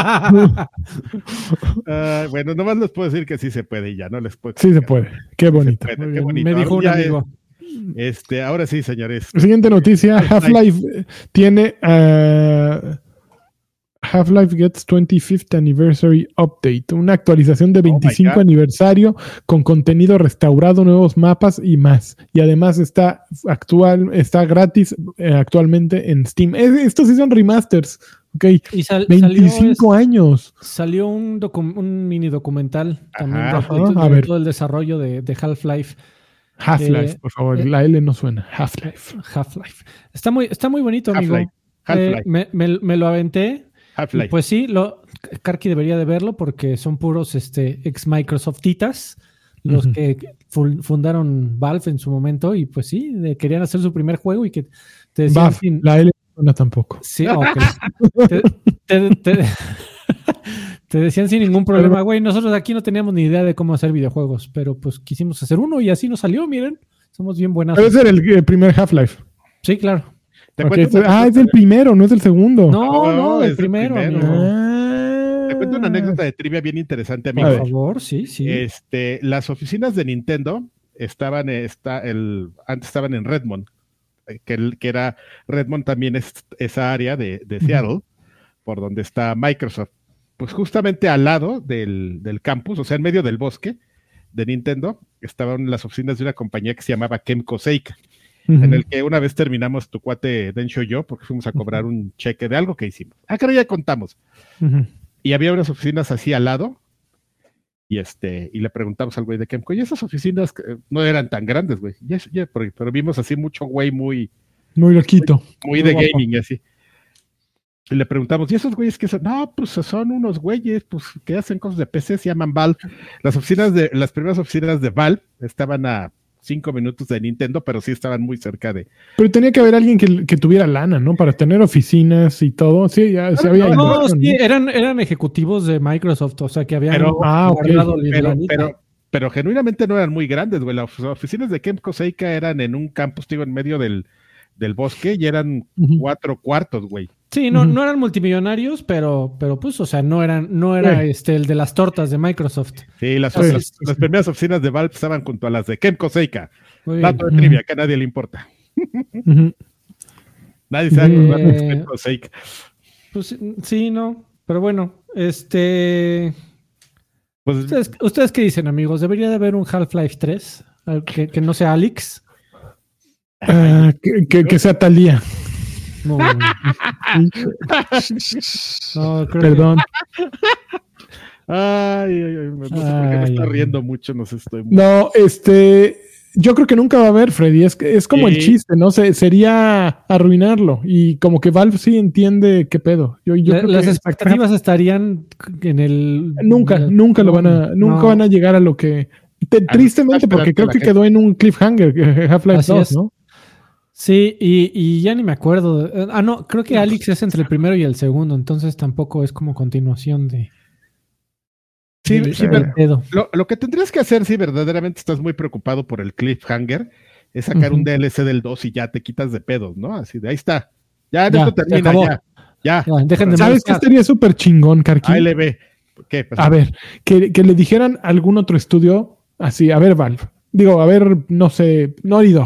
Ah, bueno, nomás les puedo decir que sí se puede y ya, no les puedo. Sí se puede. Qué bonito. puede, Muy qué bien. bonito. Me dijo un Ahora ya, amigo. Este, ahora sí, señores. Siguiente noticia. Half-Life eh, tiene uh, Half-Life gets twenty-fifth Anniversary Update. Una actualización de Oh my veinticinco God. aniversario con contenido restaurado, nuevos mapas y más. Y además está actual, está gratis eh, actualmente en Steam. Eh, estos sí son remasters. Ok. Y sal- veinticinco salió, es- años. salió un, docu- un mini documental también Ajá. de, de- Ajá, de a ver. todo el desarrollo de, de Half-Life. Half-Life, Eh, por favor. eh, La L no suena. Half-Life. Half-Life. Está muy, está muy bonito, amigo. Half-Life. Half-Life. Eh, me, me- me lo aventé. Y Half-Life. pues sí, lo, Karki debería de verlo porque son puros este, ex Microsoftitas los Ujú. que fu- fundaron Valve en su momento y pues sí, de- querían hacer su primer juego y que te decían Baf, sin- la L no suena tampoco. sí, ok. te, te- te- te decían sin ningún problema, güey, nosotros aquí no teníamos ni idea de cómo hacer videojuegos, pero pues quisimos hacer uno y así nos salió, miren, somos bien buenas. Debe ser el, el primer Half-Life. Sí, claro. Te Ok, cuento este- una ah, es el primero, no es el segundo. No, No, no, es el el primero, primero. amigo. Ah. Te cuento una anécdota de trivia bien interesante, Por A amigo. ver. favor, sí, sí. Este, las oficinas de Nintendo estaban, eh, está, el, antes estaban en Redmond, eh, que, el- que era Redmond también es esa área de, de Seattle, por donde está Microsoft. Pues justamente al lado del, del campus, o sea, en medio del bosque de Nintendo, estaban las oficinas de una compañía que se llamaba Kemco Seika, Ujú. en el que una vez terminamos tu cuate Densho y yo, porque fuimos a cobrar un cheque de algo que hicimos. Ah, claro, ya contamos. Ujú. Y había unas oficinas así al lado, y este, y le preguntamos al güey de Kemco, y esas oficinas eh, no eran tan grandes, güey. Ya, ya, pero, pero vimos así mucho güey muy, Muy loquito. muy Muy de guapo. gaming, así. Y le preguntamos, ¿y esos güeyes qué son? No, pues son unos güeyes pues, que hacen cosas de P C, se llaman Valve. Las oficinas de, las primeras oficinas de Valve estaban a cinco minutos de Nintendo, pero sí estaban muy cerca de. Pero tenía que haber alguien que, que tuviera lana, ¿no? Para tener oficinas y todo. Sí, ya se había No, inversión, sí, ¿no? eran, eran ejecutivos de Microsoft, o sea que habían Pero- Ah, ok. guardado la Pero, lanita. pero, pero genuinamente no eran muy grandes, güey. Las oficinas de Kemco Seika eran en un campus, digo, en medio del, del bosque y eran Ujú. cuatro cuartos, güey. Sí, no, Ujú. no eran multimillonarios, pero, pero pues, o sea, no eran, no era Sí. este el de las tortas de Microsoft. Sí, las, Sí, las, sí, las sí. primeras oficinas de Valve estaban junto a las de Kemco Seika. Muy bien. Dato de Ujú. trivia que a nadie le importa. Ujú. Nadie sabe Eh, acordar de Kemco Seika. Pues sí, no, pero bueno, este, Pues, ¿ustedes, ustedes qué dicen, amigos? ¿Debería de haber un Half-Life tres? Al- Que, que no sea Alex. Ah, que, que, que sea Talía. No, no, creo Perdón. ay, ay, ay, no sé por qué me Ay, está ay. riendo mucho, no sé, estoy muy... No, este. Yo creo que nunca va a haber, Freddy. Es, que- es como Sí. el chiste, ¿no? Se, sería arruinarlo. Y como que Valve sí entiende qué pedo. Yo, yo La- creo las que expectativas estarían en el... Nunca, nunca lo van a, nunca no. van a llegar a lo que. te- está tristemente, porque esperando creo la que gente. quedó en un cliffhanger, eh, Half-Life Así dos, es. ¿no? Sí, y, y ya ni me acuerdo. Eh, Ah, no, creo que Alex es entre el primero y el segundo, entonces tampoco es como continuación de... Sí, del- sí, del pero- pedo. Lo, lo que tendrías que hacer, si verdaderamente estás muy preocupado por el cliffhanger, es sacar Ujú. un D L C del dos y ya te quitas de pedos, ¿no? Así de ahí está. Ya, Ya, esto se termina, acabó. ya. Ya. Ya, dejen de ¿Sabes qué molestar. estaría súper chingón, Karki? A L B. ¿Qué? Pues, A ver, que, que le dijeran a algún otro estudio así, a ver, Valve. Digo, a ver, no sé, Naughty Dog.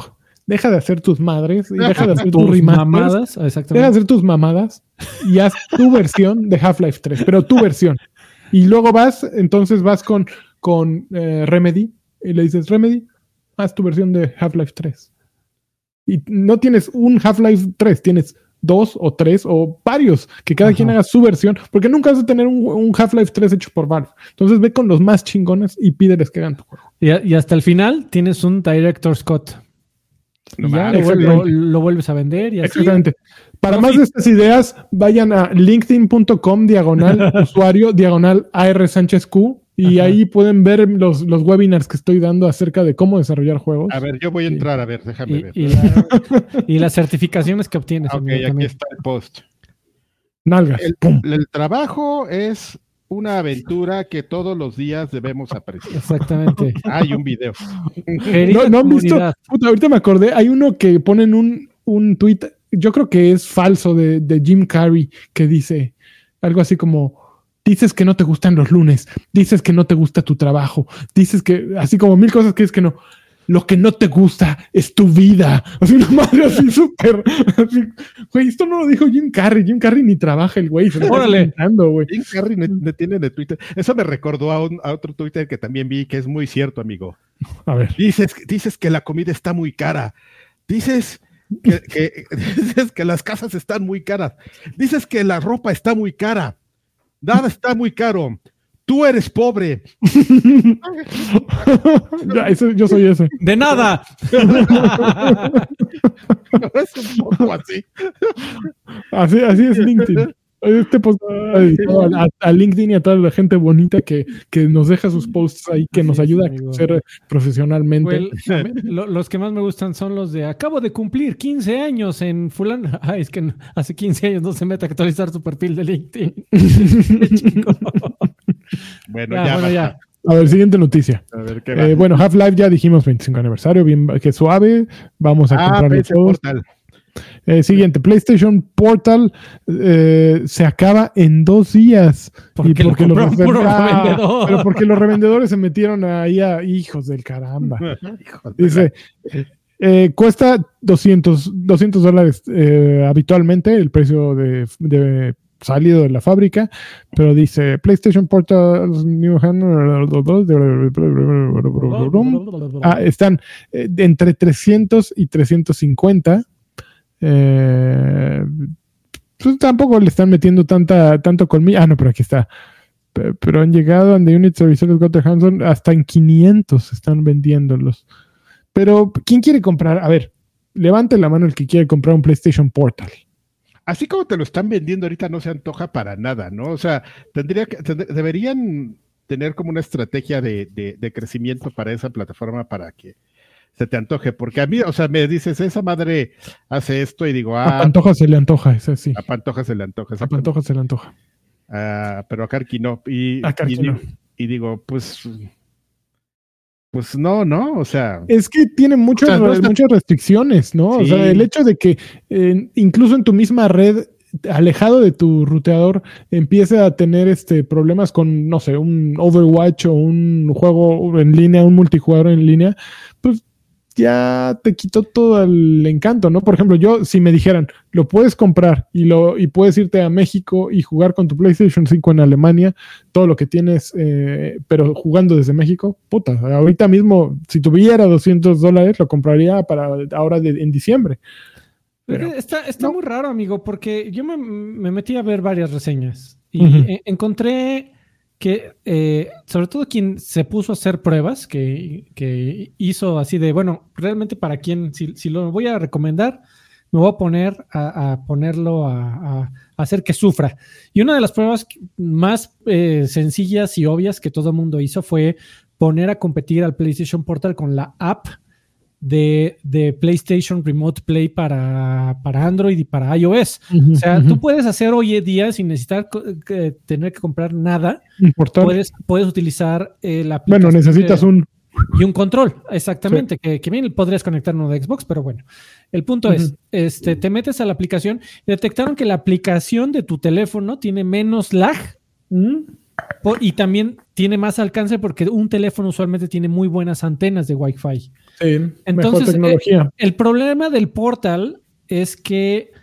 deja de hacer tus madres y deja de hacer tus, tus remasters, mamadas, exactamente. deja de hacer tus mamadas y haz tu versión de Half-Life tres, pero tu versión. Y luego vas, entonces vas con, con eh, Remedy y le dices, Remedy, haz tu versión de Half-Life tres. Y no tienes un Half-Life tres, tienes dos o tres o varios, que cada Ajá. quien haga su versión, porque nunca vas a tener un, un Half-Life tres hecho por Valve. Entonces ve con los más chingones y pídeles que hagan tu juego. Y, y hasta el final tienes un Director Scott. No y ya lo, lo, lo vuelves a vender y así. Exactamente. Para no, más sí. de estas ideas, vayan a linkedin punto com diagonal usuario diagonal A R Sánchez Q y Ajá. ahí pueden ver los, los webinars que estoy dando acerca de cómo desarrollar juegos. A ver, yo voy a entrar, a ver, déjame y, ver. Y, la, y las certificaciones que obtienes. Ok, aquí también. Está el post. Nalgas. El, el trabajo es una aventura que todos los días debemos apreciar. Exactamente. Hay un video. no, no han visto. Puta, ahorita me acordé. Hay uno que ponen un, un tweet. Yo creo que es falso de, de Jim Carrey que dice algo así como: dices que no te gustan los lunes, dices que no te gusta tu trabajo, dices que así como mil cosas que es que no. Lo que no te gusta es tu vida. Así una madre así súper. Güey, esto no lo dijo Jim Carrey. Jim Carrey ni trabaja el güey. Se lo está inventando, güey. Jim Carrey me, me tiene de Twitter. Eso me recordó a, un, a otro Twitter que también vi que es muy cierto, amigo. A ver. Dices, dices que la comida está muy cara. Dices que, que, dices que las casas están muy caras. Dices que la ropa está muy cara. Nada está muy caro. Tú eres pobre. Ya, eso, yo soy ese. De nada. No, es un poco así. Así, así es LinkedIn. Este post a, a LinkedIn y a toda la gente bonita que, que nos deja sus posts ahí, que nos ayuda a crecer profesionalmente. Well, lo, los que más me gustan son los de acabo de cumplir quince años en fulano. Ay, es que hace quince años no se mete a actualizar su perfil de LinkedIn. Bueno, ya, ya, bueno, ya. A ver, siguiente noticia. A ver, ¿qué eh, bueno, Half-Life ya dijimos veinticinco aniversario, bien que suave. Vamos a ah, comprarlo todos. Eh, siguiente, PlayStation Portal eh, se acaba en dos días. ¿Por y qué porque lo los puro ah, revendedor? Pero porque los revendedores se metieron ahí a hijos del caramba. Dice, eh, cuesta doscientos dólares eh, habitualmente el precio de, de salido de la fábrica, pero dice PlayStation Portal New ah, están eh, entre trescientos y trescientos cincuenta. Eh, pues tampoco le están metiendo tanta tanto colmillo. Ah, no, pero aquí está. Pero, pero han llegado and the units revisores got their hands on, hasta en quinientos están vendiéndolos. Pero ¿quién quiere comprar? A ver, levante la mano el que quiere comprar un PlayStation Portal. Así como te lo están vendiendo ahorita no se antoja para nada, ¿no? O sea, tendría que, tend- deberían tener como una estrategia de, de, de crecimiento para esa plataforma para que se te antoje, porque a mí, o sea, me dices, esa madre hace esto y digo, ah, A Pantoja se le antoja, ese sí. a Pantoja se le antoja. A Pantoja se le antoja. Ah, pero a Karki no. Y, A Karki y, no. y digo, pues, pues no, ¿no? O sea, Es que tiene muchas, O sea, no está- muchas restricciones, ¿no? Sí. O sea, el hecho de que eh, incluso en tu misma red, alejado de tu ruteador, empiece a tener este problemas con, no sé, un Overwatch o un juego en línea, un multijugador en línea, pues ya te quitó todo el encanto, ¿no? Por ejemplo, yo, si me dijeran, lo puedes comprar y lo y puedes irte a México y jugar con tu PlayStation cinco en Alemania, todo lo que tienes, eh, pero jugando desde México, puta, ahorita mismo, si tuviera doscientos dólares, lo compraría para ahora de, en diciembre. Pero, está está no. muy raro, amigo, porque yo me, me metí a ver varias reseñas y Ujú. e- encontré que, eh, sobre todo quien se puso a hacer pruebas, que, que hizo así de, bueno, realmente para quien, si, si lo voy a recomendar, me voy a poner a, a ponerlo a, a- a hacer que sufra. Y una de las pruebas más eh, sencillas y obvias que todo el mundo hizo fue poner a competir al PlayStation Portal con la app de, de PlayStation Remote Play para, para Android y para iOS. Ujú, O sea, ujú. tú puedes hacer hoy en día sin necesitar co- que tener que comprar nada. Un portal. Puedes, puedes utilizar eh, la Bueno, aplicación necesitas de- un... y un control, exactamente, que, que bien podrías conectar uno de Xbox, pero bueno. El punto Ujú. es, este, te metes a la aplicación y detectaron que la aplicación de tu teléfono tiene menos lag ¿Mm? Por, y también tiene más alcance porque un teléfono usualmente tiene muy buenas antenas de Wi-Fi. Sí, Entonces, mejor tecnología. El, el problema del Portal es que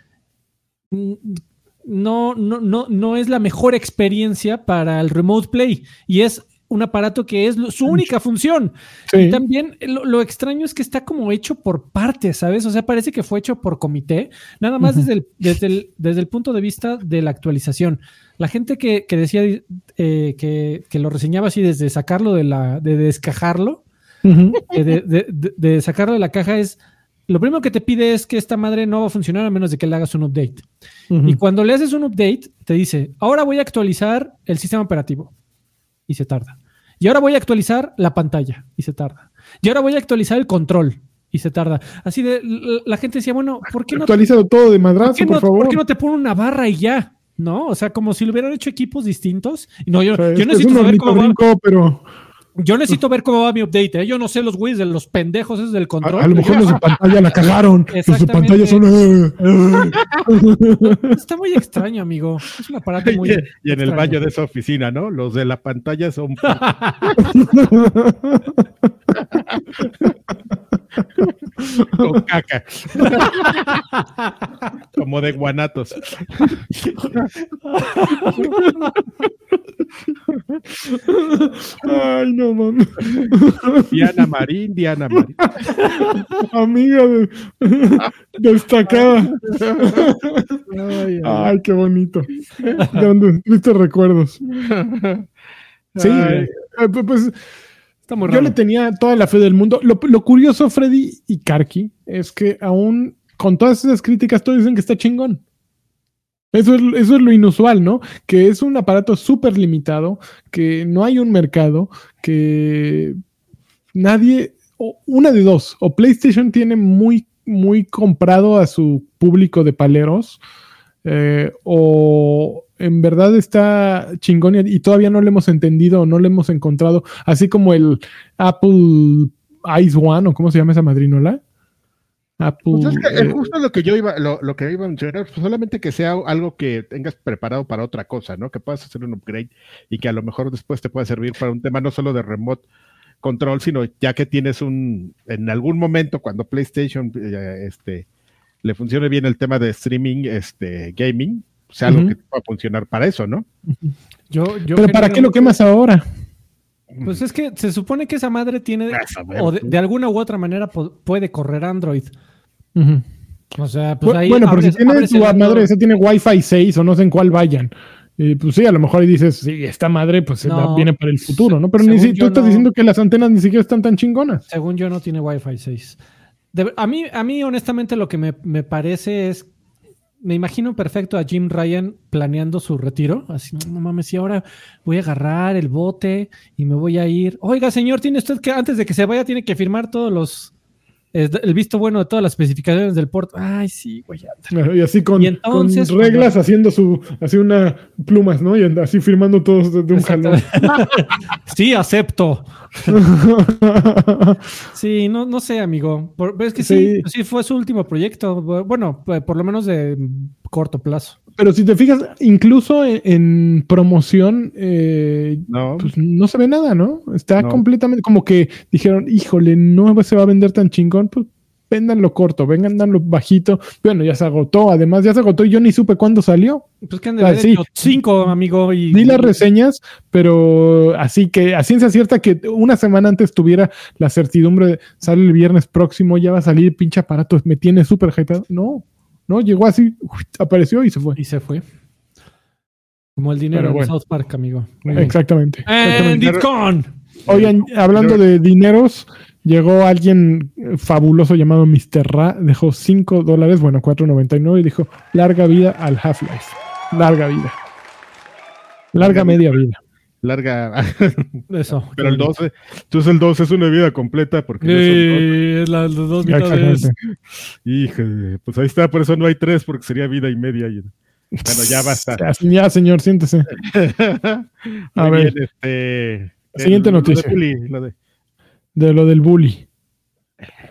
no, no, no, no es la mejor experiencia para el Remote Play y es un aparato que es su única función. Sí. Y también lo, lo extraño es que está como hecho por partes, ¿sabes? O sea, parece que fue hecho por comité, nada más uh-huh. desde, el, desde, el, desde el punto de vista de la actualización. La gente que, que decía eh, que, que lo reseñaba así desde sacarlo de la, de descajarlo, uh-huh. de, de, de, de sacarlo de la caja es, lo primero que te pide es que esta madre no va a funcionar a menos de que le hagas un update. Uh-huh. Y cuando le haces un update, te dice, ahora voy a actualizar el sistema operativo. Y se tarda. Y ahora voy a actualizar la pantalla. Y se tarda. Y ahora voy a actualizar el control. Y se tarda. Así de, la gente decía, bueno, ¿por qué no? Actualízalo todo de madrazo, ¿por, por no, favor? ¿Por qué no te pone una barra y ya? ¿No? O sea, como si lo hubieran hecho equipos distintos. No, yo, o sea, yo es, necesito es un saber cómo brinco, va. Pero... Yo necesito ver cómo va mi update. ¿eh? Yo no sé los güeyes de los pendejos esos del control. A, a lo mejor los de pantalla la cagaron. Los de pantalla son... Está muy extraño, amigo. Es un aparato muy Y, y en extraño. el baño de esa oficina, ¿no? Los de la pantalla son... con caca. Como de guanatos. Ay, no mames. Diana Marín, Diana Marín. Amiga de... destacada. Ay, ay. Ay, qué bonito. Dando tristes recuerdos. Sí, eh, pues está muy raro. Yo le tenía toda la fe del mundo. Lo, lo curioso, Freddy y Karki, es que aún con todas esas críticas, todos dicen que está chingón. Eso es, eso es lo inusual, ¿no? Que es un aparato súper limitado, que no hay un mercado, que nadie, o una de dos, o PlayStation tiene muy, muy comprado a su público de paleros, eh, o en verdad está chingón y, y todavía no lo hemos entendido o no lo hemos encontrado, así como el Apple Ice One, o cómo se llama esa madrinola. Apple, pues es que eh, es justo lo que yo iba, lo, lo que iba a mencionar, pues solamente que sea algo que tengas preparado para otra cosa, ¿no? Que puedas hacer un upgrade y que a lo mejor después te pueda servir para un tema no solo de remote control, sino ya que tienes un, en algún momento cuando PlayStation eh, este, le funcione bien el tema de streaming, este, gaming, sea algo uh-huh. que pueda funcionar para eso, ¿no? Yo, yo Pero ¿para qué lo quemas ahora? Pues es que se supone que esa madre tiene, o de, de alguna u otra manera puede correr Android. Uh-huh. O sea, pues ahí bueno, pero abres, si tiene tu madre, Android. Esa tiene Wi-Fi seis o no sé en cuál vayan. Eh, pues sí, a lo mejor ahí dices, sí, esta madre pues no, viene para el futuro, ¿no? Pero ni si, tú estás no, diciendo que las antenas ni siquiera están tan chingonas. Según yo no tiene Wi-Fi seis. De, a, mí, a mí, honestamente, lo que me, me parece es, me imagino perfecto a Jim Ryan planeando su retiro. Así, no, no mames, y ahora voy a agarrar el bote y me voy a ir. Oiga, señor, tiene usted que, antes de que se vaya, tiene que firmar todos los... el visto bueno de todas las especificaciones del port. Ay, sí, güey. Y así con, y entonces, con reglas cuando... haciendo su, así una plumas, ¿no? Y así firmando todos de, de un jalón. Sí, acepto. Sí, no, no sé, amigo. Por, es que sí, sí, sí fue su último proyecto. Bueno, por lo menos de corto plazo. Pero si te fijas, incluso en, en promoción, eh, no. Pues no se ve nada, ¿no? Está no. completamente como que dijeron, híjole, no se va a vender tan chingón, pues véndanlo corto, véndanlo bajito. Bueno, ya se agotó, además ya se agotó y yo ni supe cuándo salió. Pues que han de haber hecho cinco, amigo. Y... Vi las reseñas, pero así que a ciencia cierta que una semana antes tuviera la certidumbre de sale el viernes próximo, ya va a salir, pinche aparato, me tiene súper hypeado. No. No, llegó así, uf, apareció y se fue. Y se fue. Como el dinero bueno. en South Park, amigo. Exactamente. And it's gone. Oigan, hablando de dineros, llegó alguien fabuloso llamado mister Ra, dejó cinco dólares, bueno, cuatro noventa y nueve y dijo, larga vida al Half-Life. Larga vida. Larga media vida. Larga. Eso. Pero el doce, entonces el doce es una vida completa porque sí, es las dos mitades. Híjole, pues ahí está, por eso no hay tres, porque sería vida y media. Y... Bueno, ya basta. Ya, señor, siéntese. A ver. Bien, este, siguiente el, noticia. Lo de, bully, lo de... de lo del bully.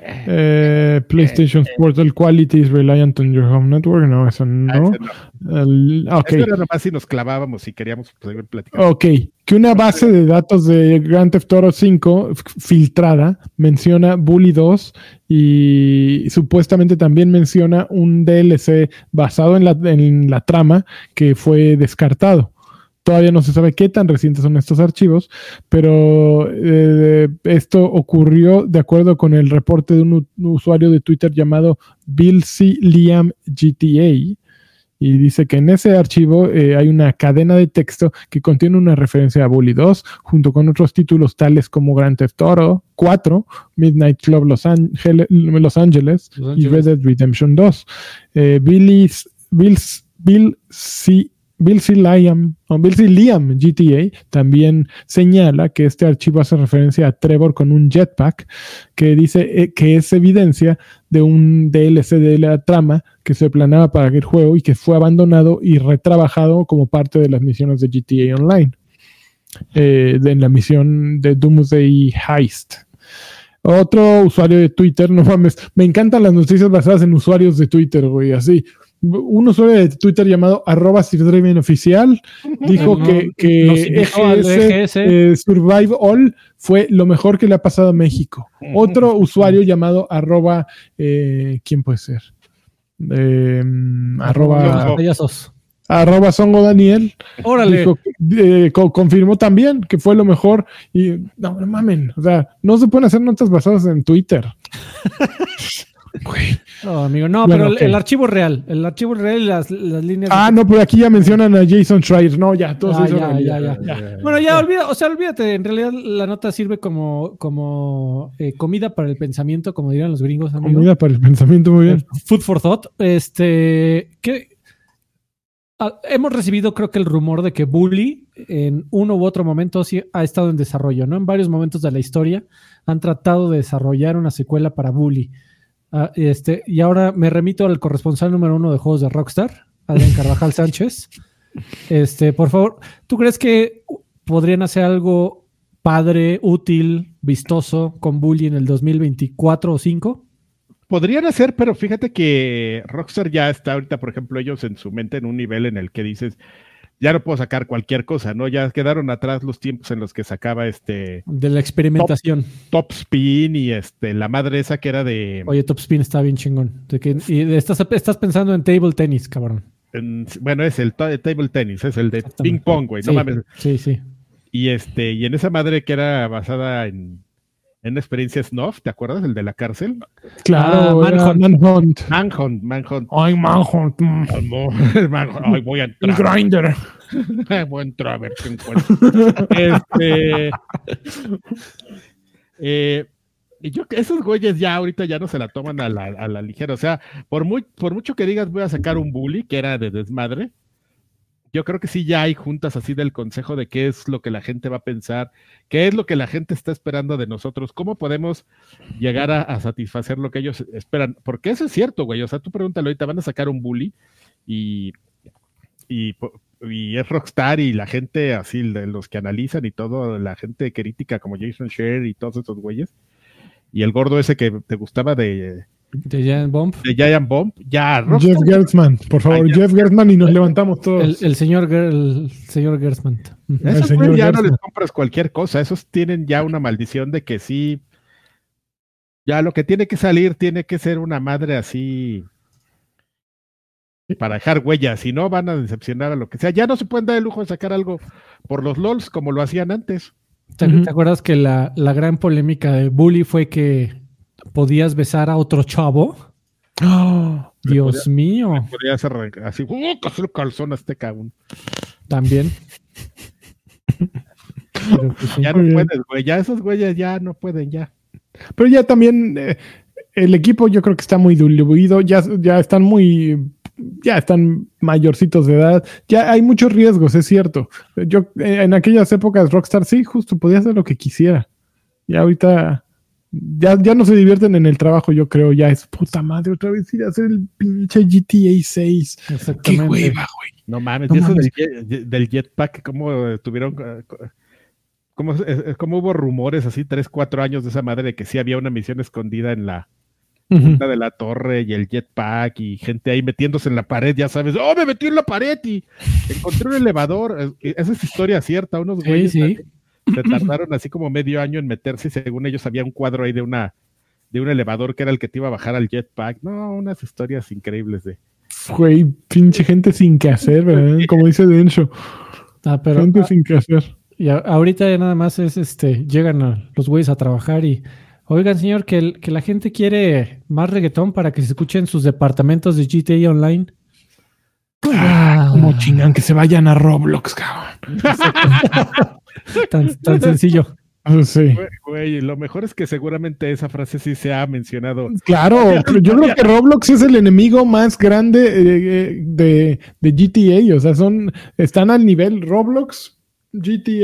Eh, PlayStation Portal Quality is reliant on your home network. No, eso no. Ah, ese no. El- ok. Eso era nomás si nos clavábamos y queríamos seguir platicando. Ok, que una base de datos de Grand Theft Auto cinco f- filtrada menciona Bully dos y supuestamente también menciona un D L C basado en la, en la trama que fue descartado. Todavía no se sabe qué tan recientes son estos archivos, pero eh, esto ocurrió de acuerdo con el reporte de un, u- un usuario de Twitter llamado Bill C. Liam G T A. Y dice que en ese archivo eh, hay una cadena de texto que contiene una referencia a Bully dos, junto con otros títulos tales como Grand Theft Auto cuatro, Midnight Club Los, Ángel- Los Ángeles Los y Ángeles. Red Dead Redemption dos. Eh, Billy's- Bill's- Bill C. Bill C. Liam, o Bill C. Liam G T A también señala que este archivo hace referencia a Trevor con un jetpack, que dice eh, que es evidencia de un D L C de la trama que se planeaba para el juego y que fue abandonado y retrabajado como parte de las misiones de G T A Online, eh, de, en la misión de Doomsday Heist. Otro usuario de Twitter, no mames, me encantan las noticias basadas en usuarios de Twitter, güey, así. Un usuario de Twitter llamado arroba Sir Draven Oficial dijo No, que, que nos invitó al E G S, E G S. eh, Survive All fue lo mejor que le ha pasado a México. Otro usuario llamado arroba, eh, ¿quién puede ser? Eh, arroba, Payasos. arroba Songo Daniel Órale. dijo que, eh, co- confirmó también que fue lo mejor y no, no mamen, o sea, no se pueden hacer notas basadas en Twitter. Güey. No, amigo, no, Bueno, pero el, ok. el archivo es real. El archivo es real y las, las líneas. Ah, de- no, pero aquí ya mencionan a Jason Schreier. No, ya, todo Ah, se hizo ya, realidad. ya, ya. Bueno, ya olvida, o sea, olvídate. En realidad la nota sirve como, como eh, comida para el pensamiento, como dirían los gringos, amigo. Comida para el pensamiento, muy bien. Food for thought. Este, que ah, hemos recibido, creo que el rumor de que Bully en uno u otro momento sí ha estado en desarrollo, ¿no? En varios momentos de la historia han tratado de desarrollar una secuela para Bully. Ah, este, y ahora me remito al corresponsal número uno de juegos de Rockstar, Adrián Carvajal Sánchez. Este, por favor, ¿tú crees que podrían hacer algo padre, útil, vistoso con Bully en el dos mil veinticuatro o cinco? Podrían hacer, pero fíjate que Rockstar ya está ahorita, por ejemplo, ellos en su mente en un nivel en el que dices, ya no puedo sacar cualquier cosa, ¿no? Ya quedaron atrás los tiempos en los que sacaba este De la experimentación. Top Spin y este la madre esa que era de... Oye, Top Spin está bien chingón. De que, y de- estás, estás pensando en table tenis, cabrón. en- bueno, es el to- table tennis, es el de Exactamente. ping pong, güey, no Sí, mames. sí, sí. Y este, y en esa madre que era basada en, en una experiencia snuff, ¿te acuerdas? El de la cárcel. Claro, Ah, era Manhunt. Manhunt. Manhunt, Manhunt. Ay, Manhunt. mm, Manhunt. Ay, voy a entrar. Grindr. Voy a entrar a ver qué encuentro. Este. eh, y yo que esos güeyes ya ahorita ya no se la toman a la, a la ligera. O sea, por, muy, por mucho que digas voy a sacar un Bully, que era de desmadre, yo creo que sí ya hay juntas así del consejo de qué es lo que la gente va a pensar, qué es lo que la gente está esperando de nosotros, cómo podemos llegar a, a satisfacer lo que ellos esperan. Porque eso es cierto, güey. O sea, tú pregúntale ahorita, van a sacar un Bully y, y, y es Rockstar y la gente así, de los que analizan y todo, la gente crítica como Jason Schreier y todos esos güeyes. Y el gordo ese que te gustaba de, De Giant Bomb. de Giant Bomb, ya Rockstar. Jeff Gertzman, por favor, Ay, ya. Jeff Gertzman y nos levantamos todos. El, el señor, Ger- el señor Gersman. El Esos señor güeyes ya no Gertzman. les compras cualquier cosa, esos tienen ya una maldición de que sí, ya lo que tiene que salir tiene que ser una madre así para dejar huellas, si no van a decepcionar a lo que sea. Ya no se pueden dar el lujo de sacar algo por los LOLs como lo hacían antes. ¿Te, Ujú. te acuerdas que la, la gran polémica de Bully fue que podías besar a otro chavo? Oh, Dios mío, Podría ser re- así, ¡uh! Casi el calzón a este cabrón. también. Pero, pues, sí. Ya Muy no bien. puedes, güey, ya esos güeyes ya no pueden, ya. pero ya también eh, el equipo yo creo que está muy diluido, ya, ya están muy, ya están mayorcitos de edad, ya hay muchos riesgos, es cierto. Yo eh, en aquellas épocas Rockstar sí, justo podía hacer lo que quisiera. Y ahorita ya, ya no se divierten en el trabajo, yo creo, ya es puta madre otra vez ir a hacer el pinche G T A seis. Qué Exactamente. hueva, güey. No mames, No y eso mames. Del, jet- del jetpack, ¿cómo eh, tuvieron, eh, co- cómo, eh, cómo hubo rumores así, tres, cuatro años de esa madre de que sí había una misión escondida en la, punta uh-huh. de la torre y el jetpack y gente ahí metiéndose en la pared, ya sabes, ¡oh, me metí en la pared y encontré un elevador! Esa es historia cierta, unos sí, güeyes sí. se tardaron así como medio año en meterse y según ellos había un cuadro ahí de una de un elevador que era el que te iba a bajar al jetpack. No, unas historias increíbles de... Güey, pinche gente sin que hacer, ¿verdad? Como dice Densho. Ah, pero, gente ah, sin que hacer. Y a, ahorita ya nada más es, este, llegan a los güeyes a trabajar y, oigan, señor, que, el, que la gente quiere más reggaetón para que se escuchen sus departamentos de G T A Online. Ah, como chingan que se vayan a Roblox, cabrón. tan, tan sencillo. Sí. Güey, güey, lo mejor es que seguramente esa frase sí se ha mencionado. Claro, pero yo creo que Roblox es el enemigo más grande eh, de, de G T A. O sea, son, están al nivel Roblox, G T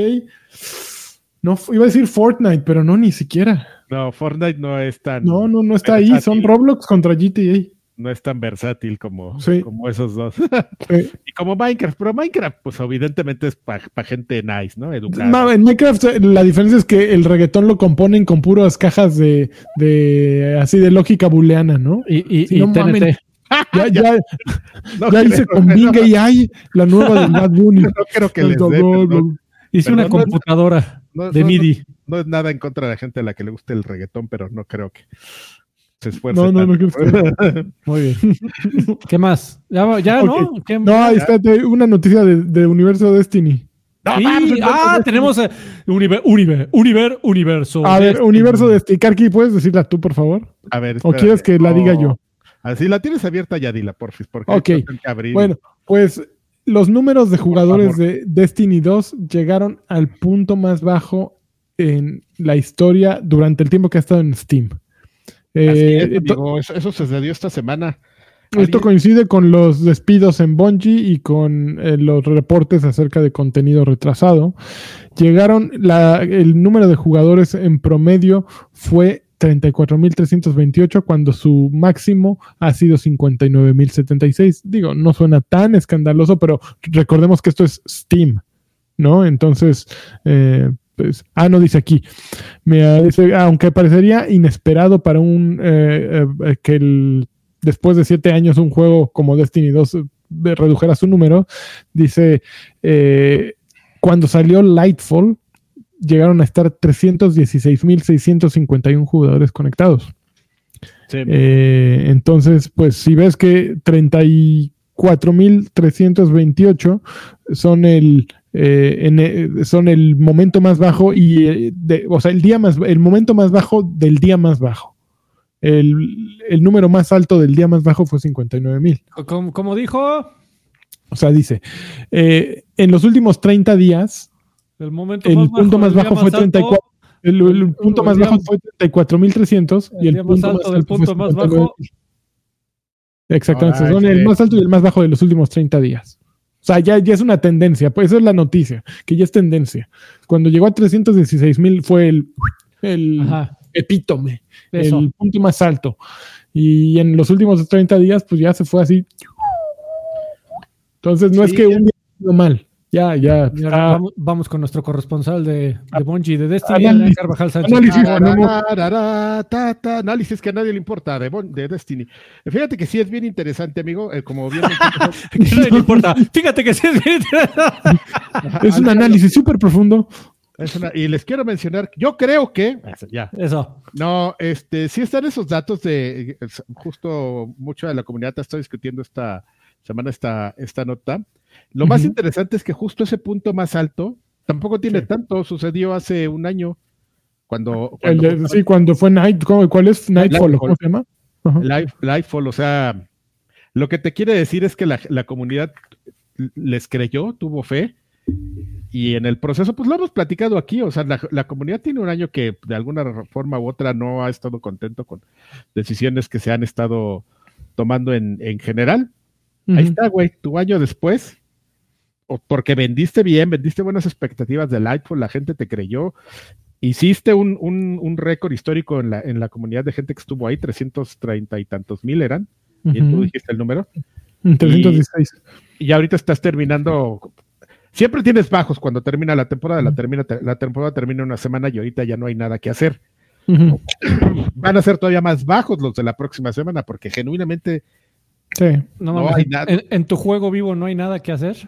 A. No, iba a decir Fortnite, pero no, ni siquiera. No, Fortnite no es tan... No, no, no está versátil. Ahí. Son Roblox contra G T A. No es tan versátil como, sí. como esos dos. Sí. Y como Minecraft, pero Minecraft, pues evidentemente es para pa gente nice, ¿no? Educada. No, en Minecraft la diferencia es que el reggaetón lo componen con puras cajas de, de así de lógica booleana, ¿no? Y, y, si y no T N T. Mamen, ya, ya, ya, no ya hice con Bing A I la nueva de Bad Bunny. No creo que les dé, perdón. Hice Perdón, una computadora no, de no, M I D I. No, no es nada en contra de la gente a la que le guste el reggaetón, pero no creo que se esfuerce. No, no, no creo que... Muy bien. ¿Qué más? ¿Ya, ya okay. no? ¿Qué no, ahí está una noticia de, de Universo Destiny. No, sí, vamos, ah, tenemos uh, Univer, Univer, Univer, Universo. A ver, Universo Destiny. Karki, ¿puedes decirla tú, por favor? A ver, espérate. ¿O quieres que la diga yo? Así la tienes abierta ya, dila, porfis, porque ok, bueno, pues los números de jugadores de Destiny dos llegaron al punto más bajo en la historia durante el tiempo que ha estado en Steam. Eh, es, amigo, eso, eso se dio esta semana. Esto coincide con los despidos en Bungie y con eh, los reportes acerca de contenido retrasado. Llegaron, la, el número de jugadores en promedio fue treinta y cuatro mil trescientos veintiocho cuando su máximo ha sido cincuenta y nueve mil setenta y seis. Digo, no suena tan escandaloso, pero recordemos que esto es Steam, ¿no? Entonces, eh, pues, ah, no dice aquí. Me dice, aunque parecería inesperado para un eh, eh, que el, después de siete años un juego como Destiny dos eh, redujera su número, dice, eh, cuando salió Lightfall, llegaron a estar trescientos dieciséis mil seiscientos cincuenta y uno jugadores conectados. Sí. Eh, entonces, pues si ves que treinta y cuatro mil trescientos veintiocho son el eh, en, son el momento más bajo y eh, de, o sea, el día más el momento más bajo del día más bajo. El, el número más alto del día más bajo fue cincuenta y nueve mil. ¿Cómo, cómo dijo? O sea, dice, eh, en los últimos treinta días el, momento el más punto más bajo fue treinta y cuatro. El, el, el punto el más bajo fue treinta y cuatro mil trescientos y el punto más alto del punto más bajo. Exactamente, Ahora, son el más alto y el más bajo de los últimos treinta días. O sea, ya, ya es una tendencia, pues eso es la noticia, que ya es tendencia. Cuando llegó a trescientos dieciséis mil fue el, el epítome, eso. El punto más alto. Y en los últimos treinta días, pues ya se fue así. Entonces no sí, es que un día ha ido mal. Ya, ya. Y ahora vamos, vamos con nuestro corresponsal de, de Bungie, de Destiny, análisis, Carvajal Sánchez. Análisis, análisis que a nadie le importa de, de Destiny. Fíjate que sí es bien interesante, amigo. Eh, como bien que a nadie le importa. Fíjate que sí es bien interesante. Es un análisis súper profundo. Es una, y les quiero mencionar, yo creo que ya. Eso. No, este, sí están esos datos de justo mucha de la comunidad está discutiendo esta semana esta, esta nota. Lo uh-huh. más interesante es que justo ese punto más alto tampoco tiene sí. tanto, sucedió hace un año cuando, cuando El, sí, cuando fue Night, ¿cuál es? Nightfall, Lightfall. ¿Cómo se llama? Uh-huh. Life, Lightfall, o sea, lo que te quiere decir es que la, la comunidad les creyó, tuvo fe, y en el proceso, pues lo hemos platicado aquí, o sea, la, la comunidad tiene un año que de alguna forma u otra no ha estado contento con decisiones que se han estado tomando en, en general. Uh-huh. Ahí está, güey, tu año después, o porque vendiste bien, vendiste buenas expectativas de Lightfall, la gente te creyó, hiciste un, un, un récord histórico en la, en la comunidad de gente que estuvo ahí, trescientos treinta y tantos mil eran, uh-huh. y tú dijiste el número. trescientos dieciséis. Y, y ahorita estás terminando, siempre tienes bajos cuando termina la temporada, uh-huh. la, termina, la temporada termina una semana y ahorita ya no hay nada que hacer. Uh-huh. Van a ser todavía más bajos los de la próxima semana, porque genuinamente Sí. No, No mames, hay en- nada. En, en tu juego vivo no hay nada que hacer.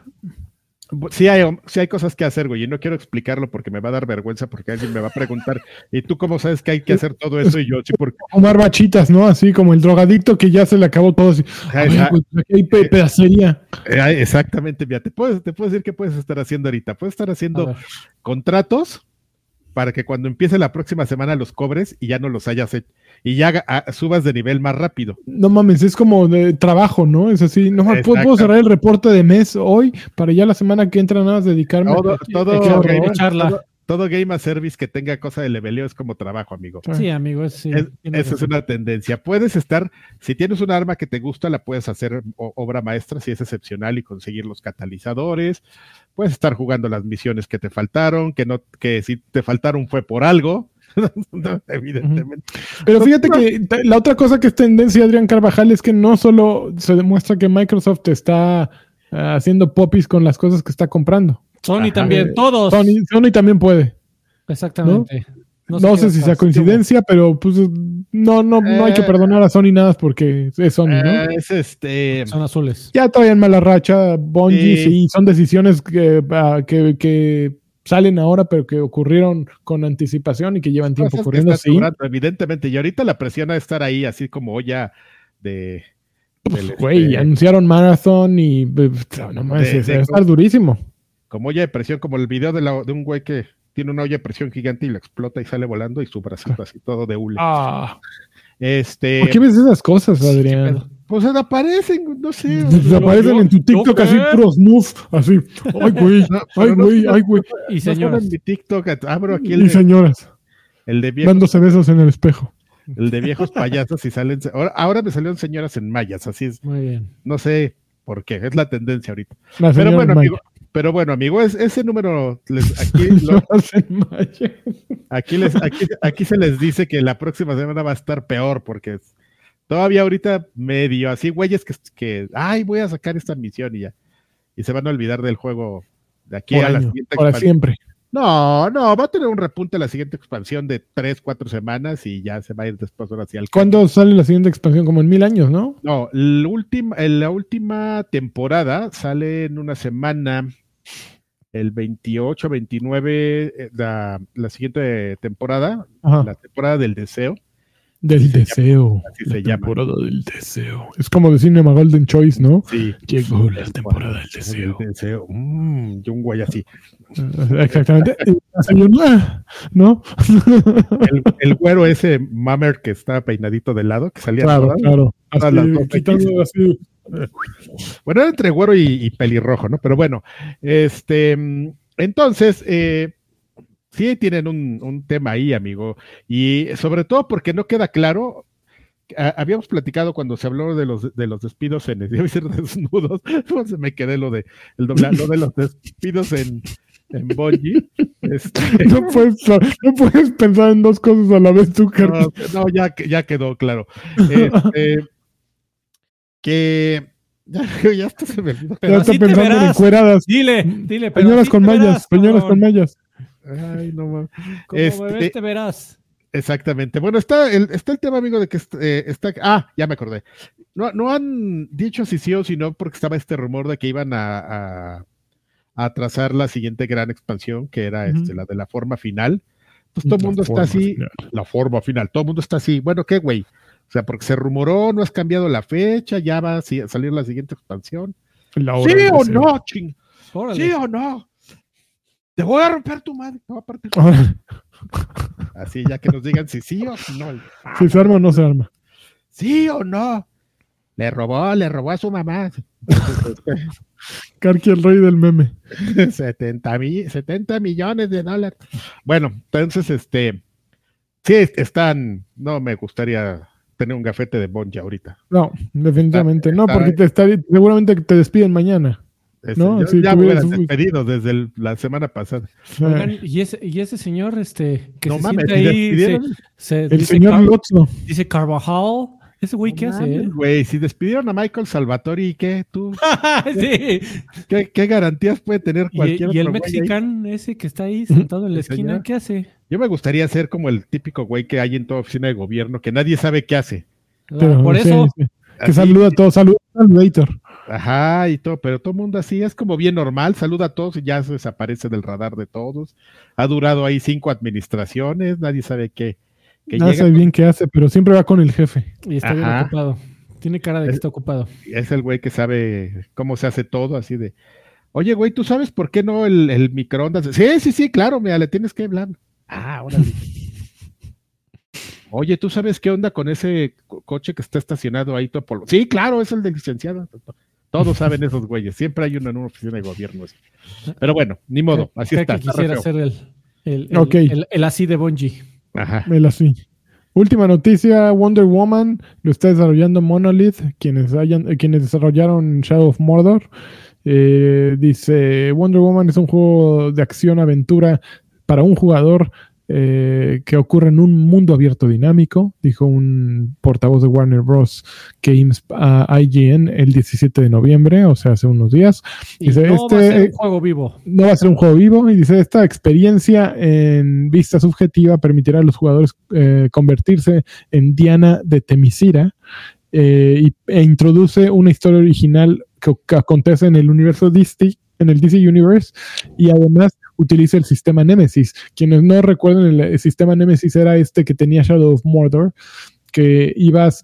sí hay, sí hay cosas que hacer, güey, y no quiero explicarlo porque me va a dar vergüenza, porque alguien me va a preguntar, ¿y tú cómo sabes que hay que hacer todo eso? Y yo, sí, porque... Fumar bachitas, ¿no? Así como el drogadicto que ya se le acabó todo. Así. Ay, Ah, pues, aquí hay pe- pedacería. eh, exactamente, mira, te, puedes, te puedo decir qué puedes estar haciendo ahorita. Puedes estar A haciendo ver. contratos para que cuando empiece la próxima semana los cobres y ya no los hayas hecho, y ya haga- a- subas de nivel más rápido. No mames, es como de trabajo, ¿no? Es así, no mames, ¿puedo, puedo Exacto. cerrar el reporte de mes hoy para ya la semana que entra nada más dedicarme Todo, a todo, qué horror. game, Charla. todo, todo game as service que tenga cosa de leveleo es como trabajo, amigo. Sí, amigo, es, sí, Es- tienes esa es razón. una tendencia. Puedes estar, si tienes un arma que te gusta, la puedes hacer o- obra maestra si es excepcional y conseguir los catalizadores. Puedes estar jugando las misiones que te faltaron, que no, que si te faltaron fue por algo. No, evidentemente. Pero fíjate que t- la otra cosa que es tendencia, Adrián Carvajal, es que no solo se demuestra que Microsoft está ah, haciendo popis con las cosas que está comprando. Sony Ajá. también, Eh, todos. Sony, Sony también puede. Exactamente. No, qué sé si sea otras. coincidencia, pero pues no, no, no hay que Eh. perdonar a Sony nada porque es Sony, ¿no? Eh, es este. Son azules. Ya todavía en mala racha, Bungie, Sí. sí, son decisiones que, ah, que, que salen ahora, pero que ocurrieron con anticipación y que llevan tiempo Cosas que ocurriendo, están sí. cobrando, evidentemente. Y ahorita la presión a estar ahí, así como olla de. del, Pues, Güey, este, anunciaron Marathon y eh, no mames, De- se de- va a estar durísimo. como olla de presión, como el video de, la- de un güey que tiene una olla de presión gigante y la explota y sale volando y su bracito así todo de hule. Ah, Este, ¿por qué ves esas cosas, Adrián? pues aparecen, no sé. Desaparecen yo- en tu yo TikTok qué? así puro smooth, así. Ay, güey, No, ay, pero no güey, solo- ay, güey. Y No solo señores. en mi TikTok, abro aquí el Y de, señoras, el de viejos, dándose besos en el espejo. el de viejos payasos y salen. Ahora, ahora me salieron señoras en mayas, así es. Muy bien. No sé por qué, es la tendencia ahorita. La Pero señora bueno, Maya. amigo, pero bueno, amigo, es, ese número les, aquí, lo- Señoras en Maya. aquí, les, aquí, aquí se les dice que la próxima semana va a estar peor porque es- todavía ahorita medio así, güeyes que, que, ay, voy a sacar esta misión y ya. Y se van a olvidar del juego de aquí Por a la año, siguiente para expansión. siempre. No, no, va a tener un repunte la siguiente expansión de tres, cuatro semanas y ya se va a ir después ahora hacia el ¿Cuándo sale la siguiente expansión? Como en mil años, ¿no? No, la última, la última temporada sale en una semana, el veintiocho, veintinueve, eh, la, la siguiente temporada, Ajá. la temporada del deseo. Del así se deseo. así La se llama. temporada del deseo. Es como de Cinema Golden Choice, ¿no? Sí. Llegó la temporada del deseo. El deseo. Mm, y un güey así. Exactamente. Y la señora, ¿no? El, el güero ese mamer que estaba peinadito de lado, que salía Claro, todas- claro. todas las Así, dos quitando así. Bueno, era entre güero y, y pelirrojo, ¿no? Pero bueno, este, mm, entonces, eh, sí tienen un, un tema ahí, amigo, y sobre todo porque no queda claro. a- habíamos platicado cuando se habló de los de los despidos en iba a decir desnudos, pues se me quedé lo de el dobla- lo de los despidos en, en Bungie. Este, No puedes, no puedes pensar en dos cosas a la vez, tú, Carlos. no, no, ya, que- ya quedó claro. Este, que ya, ya hasta se me olvidó. Ya Pero está así te pensando en verás. encueradas. Dile, dile. pero Señoras sí con te mallas, verás, señoras cabrón. con mallas. Ay, no mames. Como Este- bebé te verás. Exactamente. Bueno, está el, está el tema, amigo, de que est- eh, está. Ah, ya me acordé. No, no han dicho si sí o si no, porque estaba este rumor de que iban a, a, a trazar la siguiente gran expansión, que era este, Ujú. la de la forma final. Pues todo el La mundo está forma así. final. La forma final. Todo el mundo está así. Bueno, ¿qué, güey? O sea, porque se rumoró, no has cambiado la fecha, ya va a si- salir la siguiente expansión. La hora ¿Sí del o deseo. no, ching? Órale. ¿Sí o no? Te voy a romper tu madre. No, aparte. Así, ya que nos digan si sí o si no. Si se arma o no se arma. ¿Sí o no? Le robó, le robó a su mamá. Karki, el rey del meme. setenta, mi- setenta millones de dólares. Bueno, entonces, este, sí, están, no me gustaría tener un gafete de Bungie ahorita. No, definitivamente. Está- no, porque te estaría- seguramente te despiden mañana. Este, No, yo sí, ya me tuvieras- hubieran despedido desde el- la semana pasada. Oigan, y ese, y ese señor, este, que No se mames, siente ¿y ahí, se, despidieron? se El dice, señor Car- Lotso. dice Carvajal. Ese güey, ¿qué No hace? mames, eh? güey, si despidieron a Michael Salvatori, ¿qué? ¿Tú? Sí. ¿Qué, qué garantías puede tener Y, cualquier y el otro güey ahí? mexicano ese que está ahí sentado en la El esquina, señor. ¿qué hace? Yo me gustaría ser como el típico güey que hay en toda oficina de gobierno, que nadie sabe qué hace. Pero, Por sí, eso, sí. Que Así, saluda a todos, saluda al Saludator. ajá, y todo, pero todo el mundo así, es como bien normal, saluda a todos y ya se desaparece del radar de todos. Ha durado ahí cinco administraciones, nadie sabe qué, qué Nada llega. sabe bien qué hace, pero siempre va con el jefe. y está bien Ajá. ocupado. Tiene cara de que Es- está ocupado. Es el güey que sabe cómo se hace todo, así de, oye, güey, ¿tú sabes por qué no el, el microondas? Sí, sí, sí, claro, mira, le tienes que hablar. Ah, órale. Oye, ¿tú sabes qué onda con ese co- coche que está estacionado ahí todo por... Sí, claro, es el del licenciado. Todos saben esos güeyes. Siempre hay uno en una oficina de gobierno. así. Pero bueno, ni modo. Así Creo está. que está quisiera re feo. ser el, el, el, Ok. el- el así de Bungie. Ajá. Me la sí. Última noticia, Wonder Woman lo está desarrollando Monolith, quienes, hayan, eh, quienes desarrollaron Shadow of Mordor. Eh, dice, Wonder Woman es un juego de acción-aventura para un jugador eh, que ocurre en un mundo abierto dinámico, dijo un portavoz de Warner Bros. Games a I G N el diecisiete de noviembre, o sea, hace unos días. Y Dice, no va a este- ser un juego vivo. No va a ser un juego vivo y dice, esta experiencia en vista subjetiva permitirá a los jugadores eh, convertirse en Diana de Temisira eh, y, e introduce una historia original que, que acontece en el universo D C, en el D C Universe, y además utiliza el sistema Nemesis. Quienes no recuerden, el, el sistema Nemesis era este que tenía Shadow of Mordor, que ibas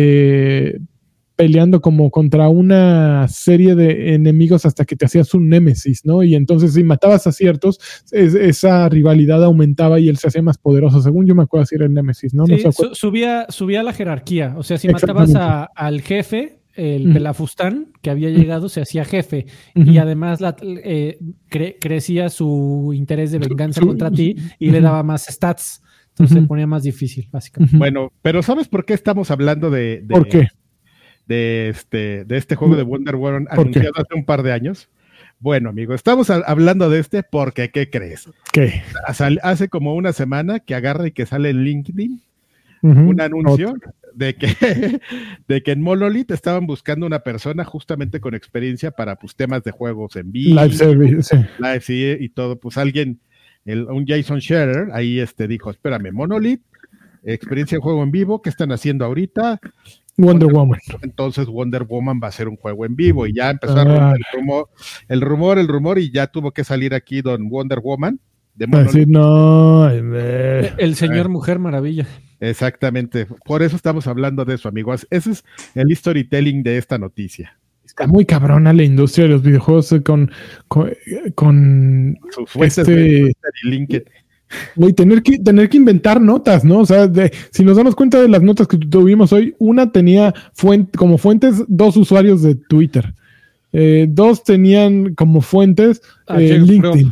eh, peleando como contra una serie de enemigos hasta que te hacías un némesis, ¿no? Y entonces si matabas a ciertos, es, esa rivalidad aumentaba y él se hacía más poderoso. Según yo me acuerdo si era el némesis, ¿no? Sí, no se acuerda. su- subía, subía la jerarquía. O sea, si matabas a- al jefe, el Ujú. Pelafustán, que había llegado, se hacía jefe. Ujú. Y además la- eh, cre- crecía su interés de venganza Su- contra ti y Ujú. le daba más stats. Entonces Ujú. se ponía más difícil, básicamente. Ujú. Bueno, pero ¿sabes por qué estamos hablando de, de, ¿Por qué? de este, de este juego de Wonder Woman ¿Por qué? anunciado hace un par de años? Bueno, amigo, estamos a- hablando de este porque, ¿qué crees? ¿Qué? Sal- hace como una semana que agarra y que sale en LinkedIn Ujú. un anuncio de que, de que en Monolith estaban buscando una persona justamente con experiencia para pues, temas de juegos en vivo, Live service, sí. live, sí, y todo, pues alguien, el, un Jason Scherer, ahí este dijo, espérame, Monolith, experiencia en juego en vivo, ¿qué están haciendo ahorita? Wonder Woman. Entonces Wonder Woman va a ser un juego en vivo y ya empezó a Ah. rumor, el rumor, el rumor, el rumor y ya tuvo que salir aquí Don Wonder Woman de Va a Monolith. decir, no, eh, El señor Mujer Maravilla. Exactamente, por eso estamos hablando de eso, amigos. Ese es el storytelling de esta noticia. está muy cabrona la industria de los videojuegos eh, con, con, con Sus fuentes Este- de Twitter y LinkedIn. güey, tener que, tener que inventar notas, ¿no? O sea, de- si nos damos cuenta de las notas que tuvimos hoy, una tenía fuente, como fuentes dos usuarios de Twitter. Eh, dos tenían como fuentes Ah, eh, Jeff LinkedIn.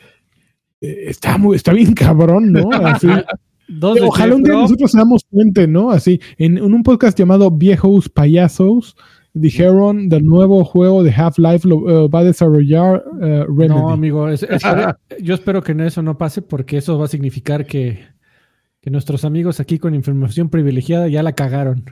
Eh, está, muy, está bien cabrón, ¿no? Así. Dos de Ojalá Jeff un día Robb. nosotros seamos fuente, ¿no? Así, en, en un podcast llamado Viejos Payasos, dijeron del nuevo juego de Half-Life lo eh, va a desarrollar eh, Remedy. No, amigo, es- espero- yo espero que no- eso no pase porque eso va a significar que, que nuestros amigos aquí con información privilegiada ya la cagaron.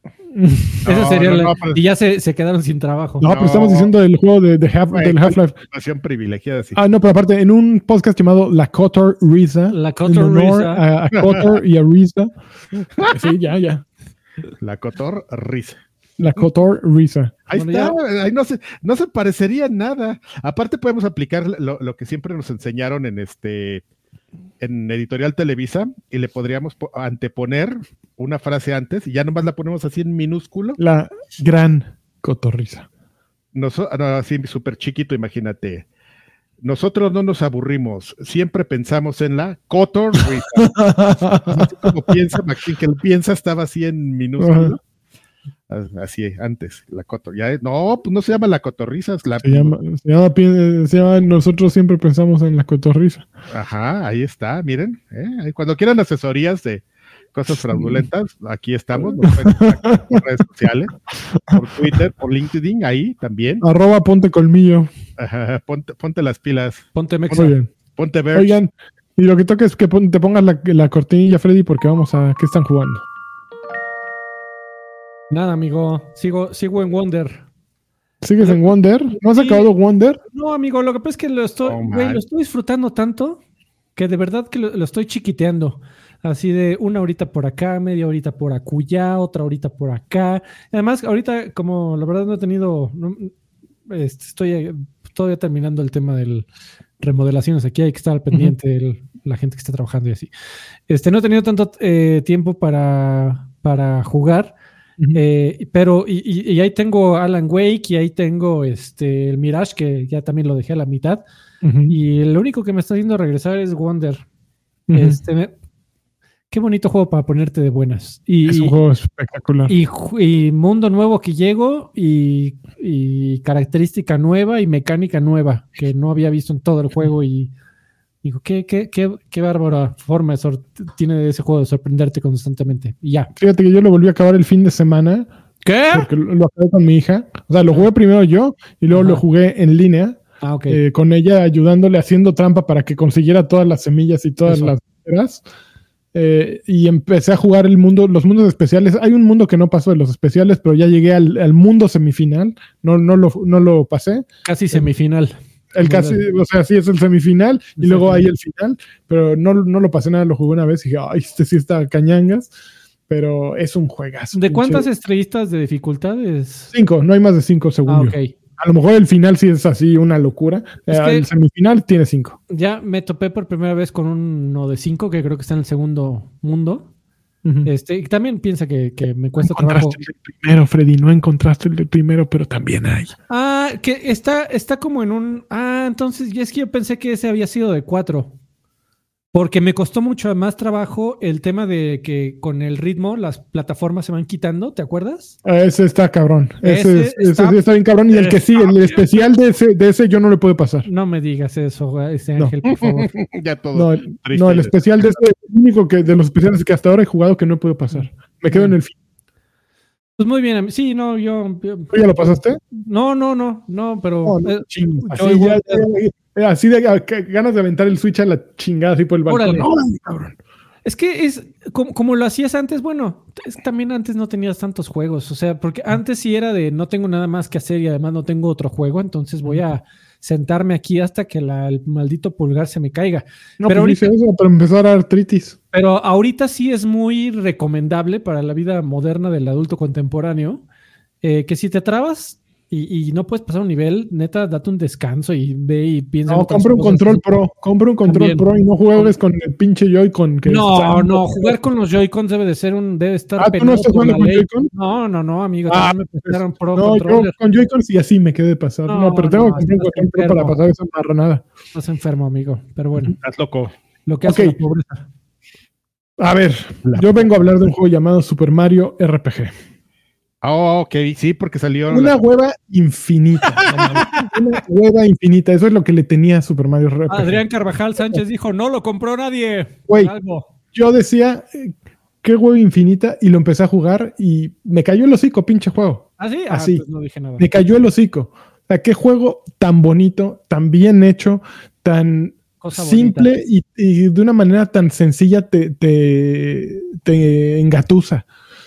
Esa No, sería no, la- no, pues- y ya se, se quedaron sin trabajo. No, pero estamos diciendo del juego de, de Half- Güey, del Half-Life. Información privilegiada, sí. Ah, no, pero aparte, en un podcast llamado La Cotor Risa, La en Cotor honor Risa. a, a Cotor y a Risa. Sí, ya, ya. La Cotor Risa. La Cotor Risa. Ahí Bueno, está, ahí no se, no se parecería en nada. Aparte podemos aplicar lo, lo que siempre nos enseñaron en este en Editorial Televisa y le podríamos po- anteponer una frase antes y ya nomás la ponemos así en minúsculo. La gran Cotorrisa. Noso- no, así súper chiquito, imagínate. Nosotros no nos aburrimos, siempre pensamos en la Cotor Risa. Así como piensa, Maxine, que el piensa estaba así en minúsculo. Así antes, la Cotor. Ya, no, pues no se llama la Cotorrisa, es la Se llama, se llama, pi- se llama- nosotros siempre pensamos en la Cotorrisa. Ajá, ahí está, miren. ¿eh? Ahí cuando quieran asesorías de cosas fraudulentas, aquí estamos, nos pueden contactar por redes sociales, por Twitter, por LinkedIn, ahí también. Arroba ponte colmillo. Ajá, ponte, ponte las pilas, Ponte mexa. Muy bien. ponte ver. Oigan, y lo que toca es que pon- te pongas la, la cortinilla, Freddy, porque vamos a... ¿Qué están jugando? Nada, amigo. Sigo, sigo en Wonder. ¿Sigues en Wonder? ¿No has Sí. acabado Wonder? No, amigo, lo que pasa es que lo estoy, Oh, güey, man. lo estoy disfrutando tanto que de verdad que lo, lo estoy chiquiteando. Así de una horita por acá, media horita por acullá, otra horita por acá. Además, ahorita, como la verdad no he tenido... No, estoy todavía terminando el tema del remodelaciones. Aquí hay que estar al pendiente uh-huh. de la gente que está trabajando y así. Este, no he tenido tanto eh, tiempo para, para jugar, uh-huh. eh, pero y, y, y ahí tengo Alan Wake y ahí tengo este, el Mirage, que ya también lo dejé a la mitad. Uh-huh. Y lo único que me está haciendo regresar es Wonder. Uh-huh. Este, me, Qué bonito juego para ponerte de buenas. Y, es un juego espectacular. Y, y mundo nuevo que llego y, y característica nueva y mecánica nueva que no había visto en todo el juego. Y digo, qué, qué, qué, qué bárbara forma de sor- tiene ese juego de sorprenderte constantemente. Y ya. Fíjate que yo lo volví a acabar el fin de semana. ¿Qué? Porque lo, lo acabé con mi hija. O sea, lo jugué primero yo y luego Ajá. lo jugué en línea. Ah, okay. eh, con ella ayudándole, haciendo trampa para que consiguiera todas las semillas y todas Eso. las esferas. Eh, y empecé a jugar el mundo, los mundos especiales. Hay un mundo que no pasó de los especiales, pero ya llegué al, al mundo semifinal. No, no, lo, no lo pasé. Casi semifinal. El casi, o sea, sí es el semifinal y luego hay el final, pero no, no lo pasé nada, lo jugué una vez y dije, ay, este sí está cañangas, pero es un juegazo. ¿De pinche. cuántas estrellitas de dificultades? Cinco, no hay más de cinco según ah, yo. Okay. A lo mejor el final sí es así una locura. Es eh, el semifinal tiene cinco. Ya me topé por primera vez con uno de cinco, que creo que está en el segundo mundo. Uh-huh. Este, y también piensa que, que me cuesta no trabajo. El primero, Freddy, no encontraste el del primero, pero también hay. Ah, que está, está como en un. Ah, entonces, y es que yo pensé que ese había sido de cuatro. Porque me costó mucho más trabajo el tema de que con el ritmo las plataformas se van quitando, ¿te acuerdas? Ese está cabrón. Ese, ese, está, ese está bien cabrón. Y el que sigue, el especial de ese, de ese yo no le puedo pasar. No me digas eso, ese Ángel, no. por favor. Ya todo. No, el, no, el especial de ese, el único que de los especiales que hasta ahora he jugado que no puedo pasar. Me quedo mm. en el fin. Pues muy bien, sí, no, yo... yo ¿Tú ya lo pasaste? No, no, no, no, pero... No, no, eh, chingo, así, ya, ya, ya, así de que, ganas de aventar el Switch a la chingada así por el balcón. No, cabrón. Es que es como, como lo hacías antes, bueno, es, también antes no tenías tantos juegos, o sea, porque antes sí era de no tengo nada más que hacer y además no tengo otro juego, entonces voy a sentarme aquí hasta que la, el maldito pulgar se me caiga. No, pero pues ahorita, eso para empezar a artritis. Pero ahorita sí es muy recomendable para la vida moderna del adulto contemporáneo, eh, que si te trabas y, y no puedes pasar un nivel, neta, date un descanso y ve y piensa. No, compra un control así. pro, compra un control También. pro y no juegues con el pinche Joy-Con. Que no, no, jugar con los Joy-Cons debe de ser un, debe estar ah, ¿tú no estás jugando con Joy-Con? No, no, no, amigo, ah, me prestaron pro no, controller. Yo con Joy-Cons y así me quedé de pasar. No, no pero tengo no, que comprar un control pro para pasar esa marranada. Estás enfermo, amigo, pero bueno. Estás loco. Lo que hace okay. la pobreza. A ver, la yo vengo a hablar de un juego llamado Super Mario R P G. Oh, ok, sí, porque salió... Una la... hueva infinita. Una hueva infinita, eso es lo que le tenía a Super Mario R P G. Adrián Carvajal Sánchez dijo, no lo compró nadie. Güey, yo decía, qué hueva infinita, y lo empecé a jugar y me cayó el hocico, pinche juego. ¿Ah, sí? Así, ah, pues no dije nada. Me cayó el hocico. O sea, qué juego tan bonito, tan bien hecho, tan... Cosa simple y, y de una manera tan sencilla te, te, te engatusa.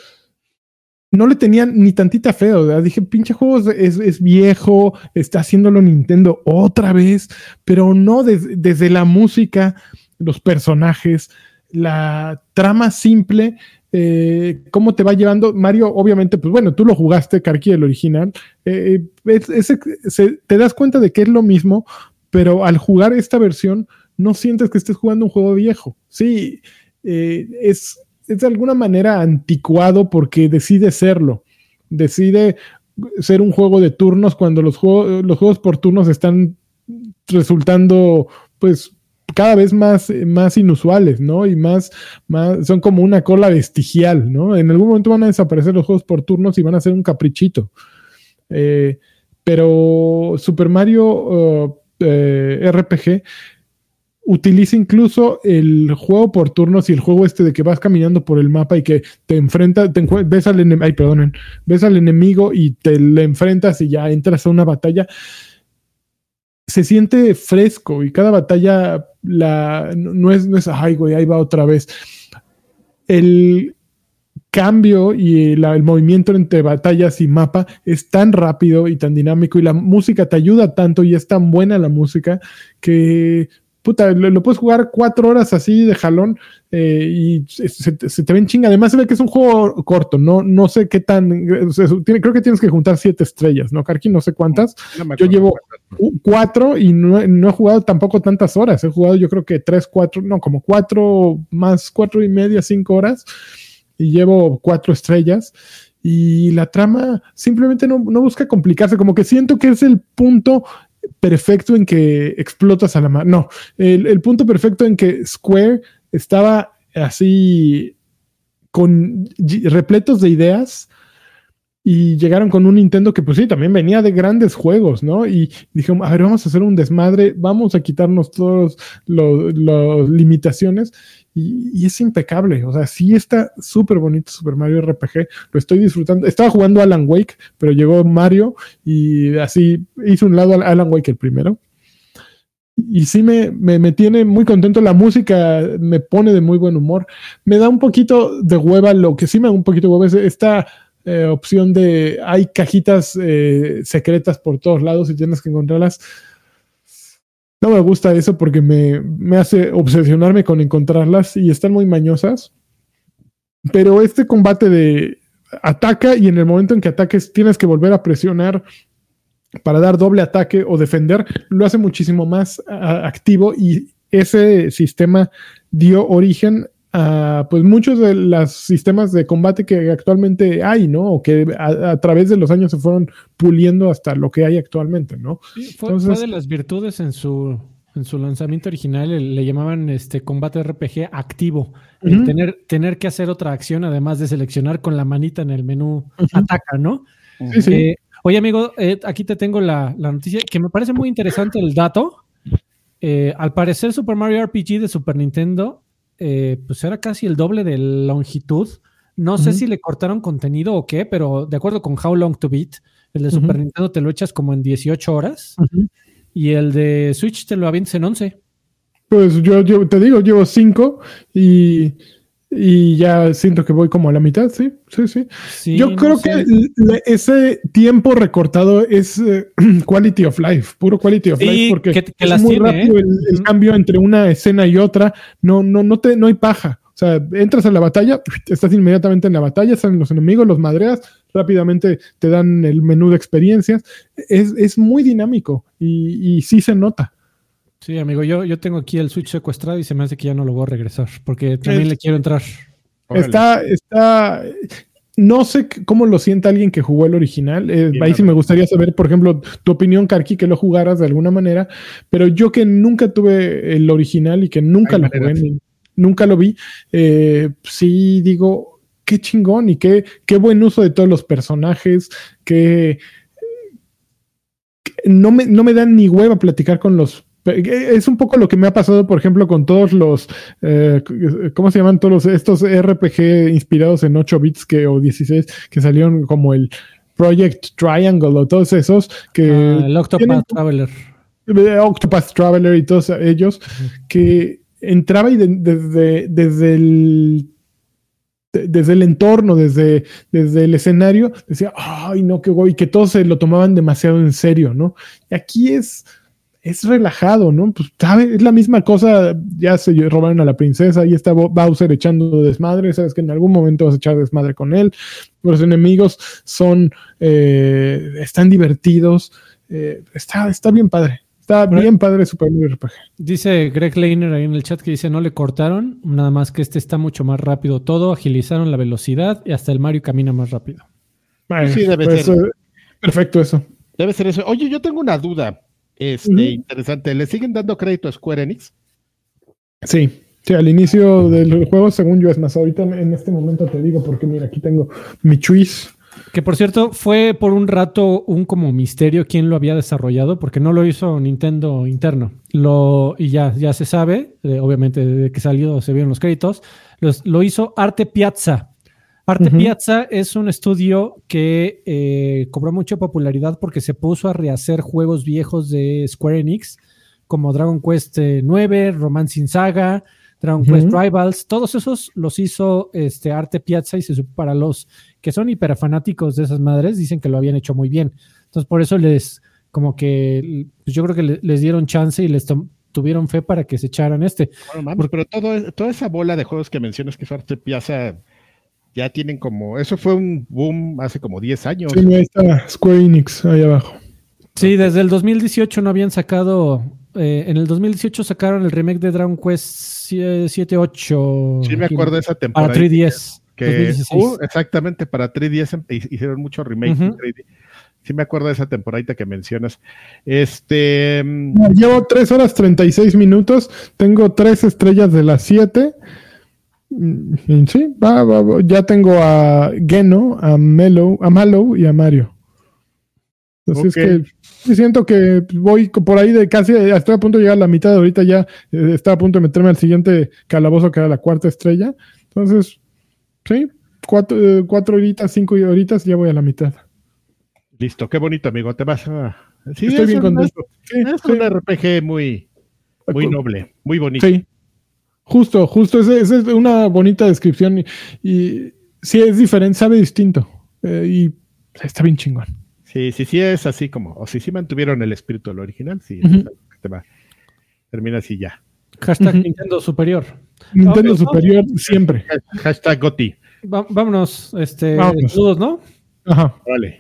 No le tenían ni tantita fe, ¿verdad? Dije, pinche juego es, es viejo, está haciéndolo Nintendo otra vez, pero no des, desde la música, los personajes, la trama simple, eh, cómo te va llevando. Mario, obviamente, pues bueno, tú lo jugaste, Karki, el original, eh, es, es, se, te das cuenta de que es lo mismo, pero al jugar esta versión no sientes que estés jugando un juego viejo. Sí, eh, es, es de alguna manera anticuado porque decide serlo. Decide ser un juego de turnos cuando los, juego, los juegos por turnos están resultando pues cada vez más, más inusuales, ¿no? Y más, más son como una cola vestigial, ¿no? En algún momento van a desaparecer los juegos por turnos y van a ser un caprichito. Eh, pero Super Mario... Uh, Eh, R P G utiliza incluso el juego por turnos y el juego este de que vas caminando por el mapa y que te enfrentas, te encu- ves al enemigo, ay, perdonen, ves al enemigo y te le enfrentas y ya entras a una batalla. Se siente fresco y cada batalla la, no es, no es, ay, güey, ahí va otra vez. El cambio y la, el movimiento entre batallas y mapa es tan rápido y tan dinámico y la música te ayuda tanto y es tan buena la música que puta, lo, lo puedes jugar cuatro horas así de jalón eh, y se, se, se te ven chinga. Además se ve que es un juego corto, no, no sé qué tan, o sea, tiene, creo que tienes que juntar siete estrellas, ¿no, Karki? No sé cuántas. No me Yo llevo cuatro y no, no he jugado tampoco tantas horas, he jugado yo creo que tres, cuatro, no, como cuatro más cuatro y media, cinco horas y llevo cuatro estrellas. Y la trama simplemente no, no busca complicarse, como que siento que es el punto perfecto en que explotas a la mar. No, el, el punto perfecto en que Square estaba así con repletos de ideas y llegaron con un Nintendo que pues sí, también venía de grandes juegos, ¿no? Y dijeron, a ver, vamos a hacer un desmadre, vamos a quitarnos todas las limitaciones y, y es impecable, o sea, sí está súper bonito Super Mario R P G, lo estoy disfrutando. Estaba jugando Alan Wake, pero llegó Mario y así hizo un lado a Alan Wake el primero. Y sí me, me, me tiene muy contento, la música me pone de muy buen humor, me da un poquito de hueva, lo que sí me da un poquito de hueva es esta Eh, opción de hay cajitas eh, secretas por todos lados y tienes que encontrarlas. No me gusta eso porque me, me hace obsesionarme con encontrarlas y están muy mañosas. Pero este combate de ataca y en el momento en que ataques tienes que volver a presionar para dar doble ataque o defender, lo hace muchísimo más a, activo y ese sistema dio origen a pues muchos de los sistemas de combate que actualmente hay, ¿no? O que a, a través de los años se fueron puliendo hasta lo que hay actualmente, ¿no? Sí, fue, Entonces, fue de las virtudes en su, en su lanzamiento original, le llamaban este combate R P G activo. Uh-huh. El tener, tener que hacer otra acción, además de seleccionar con la manita en el menú uh-huh. ataca, ¿no? Sí, sí. Eh, oye, amigo, eh, aquí te tengo la, la noticia, que me parece muy interesante el dato. Eh, al parecer Super Mario R P G de Super Nintendo Eh, pues era casi el doble de longitud. No uh-huh. sé si le cortaron contenido o qué, pero de acuerdo con How Long to Beat, el de uh-huh. Super Nintendo te lo echas como en dieciocho horas uh-huh. y el de Switch te lo avientas en once. Pues yo, yo te digo, llevo cinco y, y ya siento que voy como a la mitad, sí, sí, sí. sí yo no creo sé. que le, ese tiempo recortado es uh, quality of life, puro quality of sí, life, porque que, que es muy tiene, rápido ¿eh? el, el uh-huh. cambio entre una escena y otra, no, no, no, te, no hay paja. O sea, entras a la batalla, estás inmediatamente en la batalla, salen los enemigos, los madreas, rápidamente te dan el menú de experiencias. Es, es muy dinámico y, y sí se nota. Sí, amigo, yo, yo tengo aquí el Switch secuestrado y se me hace que ya no lo voy a regresar, porque también es, le quiero entrar. Está, está, no sé cómo lo siente alguien que jugó el original. Eh, ahí sí me gustaría saber, por ejemplo, tu opinión, Karki, que lo jugaras de alguna manera, pero yo que nunca tuve el original y que nunca Ay, lo jugué, ni, nunca lo vi, eh, sí digo, qué chingón y qué, qué buen uso de todos los personajes, que, que no, me, no me dan ni hueva platicar con los. Es un poco lo que me ha pasado, por ejemplo, con todos los, eh, ¿cómo se llaman todos estos R P G inspirados en ocho bits que, o dieciséis que salieron como el Project Triangle o todos esos que uh, el Octopath tienen, Traveler Octopath Traveler y todos ellos uh-huh. que entraba y de, desde, desde el de, desde el entorno, desde, desde el escenario decía, ay no, qué guay, que todos se lo tomaban demasiado en serio, ¿no? Y aquí es es relajado, ¿no? Pues, ¿sabe? Es la misma cosa, ya se robaron a la princesa y está Bowser echando desmadre, sabes que en algún momento vas a echar desmadre con él, los enemigos son, eh, están divertidos, eh, está, está bien padre, está Pero, bien padre Super Mario R P G. Dice Greg Leiner ahí en el chat que dice, no le cortaron, nada más que este está mucho más rápido todo, agilizaron la velocidad y hasta el Mario camina más rápido. Bueno, sí, debe pues, ser. Eh, perfecto eso. Debe ser eso. Oye, yo tengo una duda. Este, uh-huh. Interesante. ¿Le siguen dando crédito a Square Enix? Sí, sí, al inicio del juego, según yo, es más, ahorita en este momento te digo, porque mira, aquí tengo mi chuis. Que por cierto, fue por un rato un como misterio quién lo había desarrollado, porque no lo hizo Nintendo interno. Lo, y ya, ya se sabe, eh, obviamente desde que salió se vieron los créditos, los, lo hizo Arte Piazza. Arte uh-huh. Piazza es un estudio que eh, cobró mucha popularidad porque se puso a rehacer juegos viejos de Square Enix, como Dragon Quest nueve, Romancing Saga, Dragon uh-huh. Quest Rivals, todos esos los hizo este, Arte Piazza y se, para los que son hiperfanáticos de esas madres, dicen que lo habían hecho muy bien. Entonces por eso les, como que, pues yo creo que les dieron chance y les tom- tuvieron fe para que se echaran este. Bueno, mames, pero todo, toda esa bola de juegos que mencionas que es Arte Piazza ya tienen como, eso fue un boom hace como diez años. Sí, ahí está Square Enix, ahí abajo. Sí, desde el dos mil dieciocho no habían sacado, eh, en el dos mil dieciocho sacaron el remake de Dragon Quest siete ocho. Sí, me acuerdo de esa temporada. Para tres D S. Que, uh, exactamente, para tres D S hicieron mucho remake. Uh-huh. tres D. Sí me acuerdo de esa temporadita que mencionas. Este... Llevo tres horas treinta y seis minutos, tengo tres estrellas de las siete. Sí, va, va, va. Ya tengo a Geno, a Melo, a Malo y a Mario. Entonces okay. Es que sí siento que voy por ahí de casi, estoy a punto de llegar a la mitad, ahorita ya eh, estaba a punto de meterme al siguiente calabozo que era la cuarta estrella. Entonces, sí, cuatro, eh, cuatro horitas, cinco horitas, ya voy a la mitad. Listo, qué bonito, amigo. Te vas a... Sí, estoy bien un, contento. Sí, es sí. un R P G muy, muy noble, muy bonito. Sí. Justo, justo, esa es una bonita descripción y, y sí es diferente, sabe distinto eh, y está bien chingón. Sí, sí, sí es así como, o si sí mantuvieron el espíritu del original, sí, uh-huh. te va, termina así ya. Hashtag uh-huh. Nintendo Superior. Nintendo no, Superior no, siempre. Hashtag Goti. Va, vámonos, este, vámonos. Saludos, ¿no? Ajá. Vale.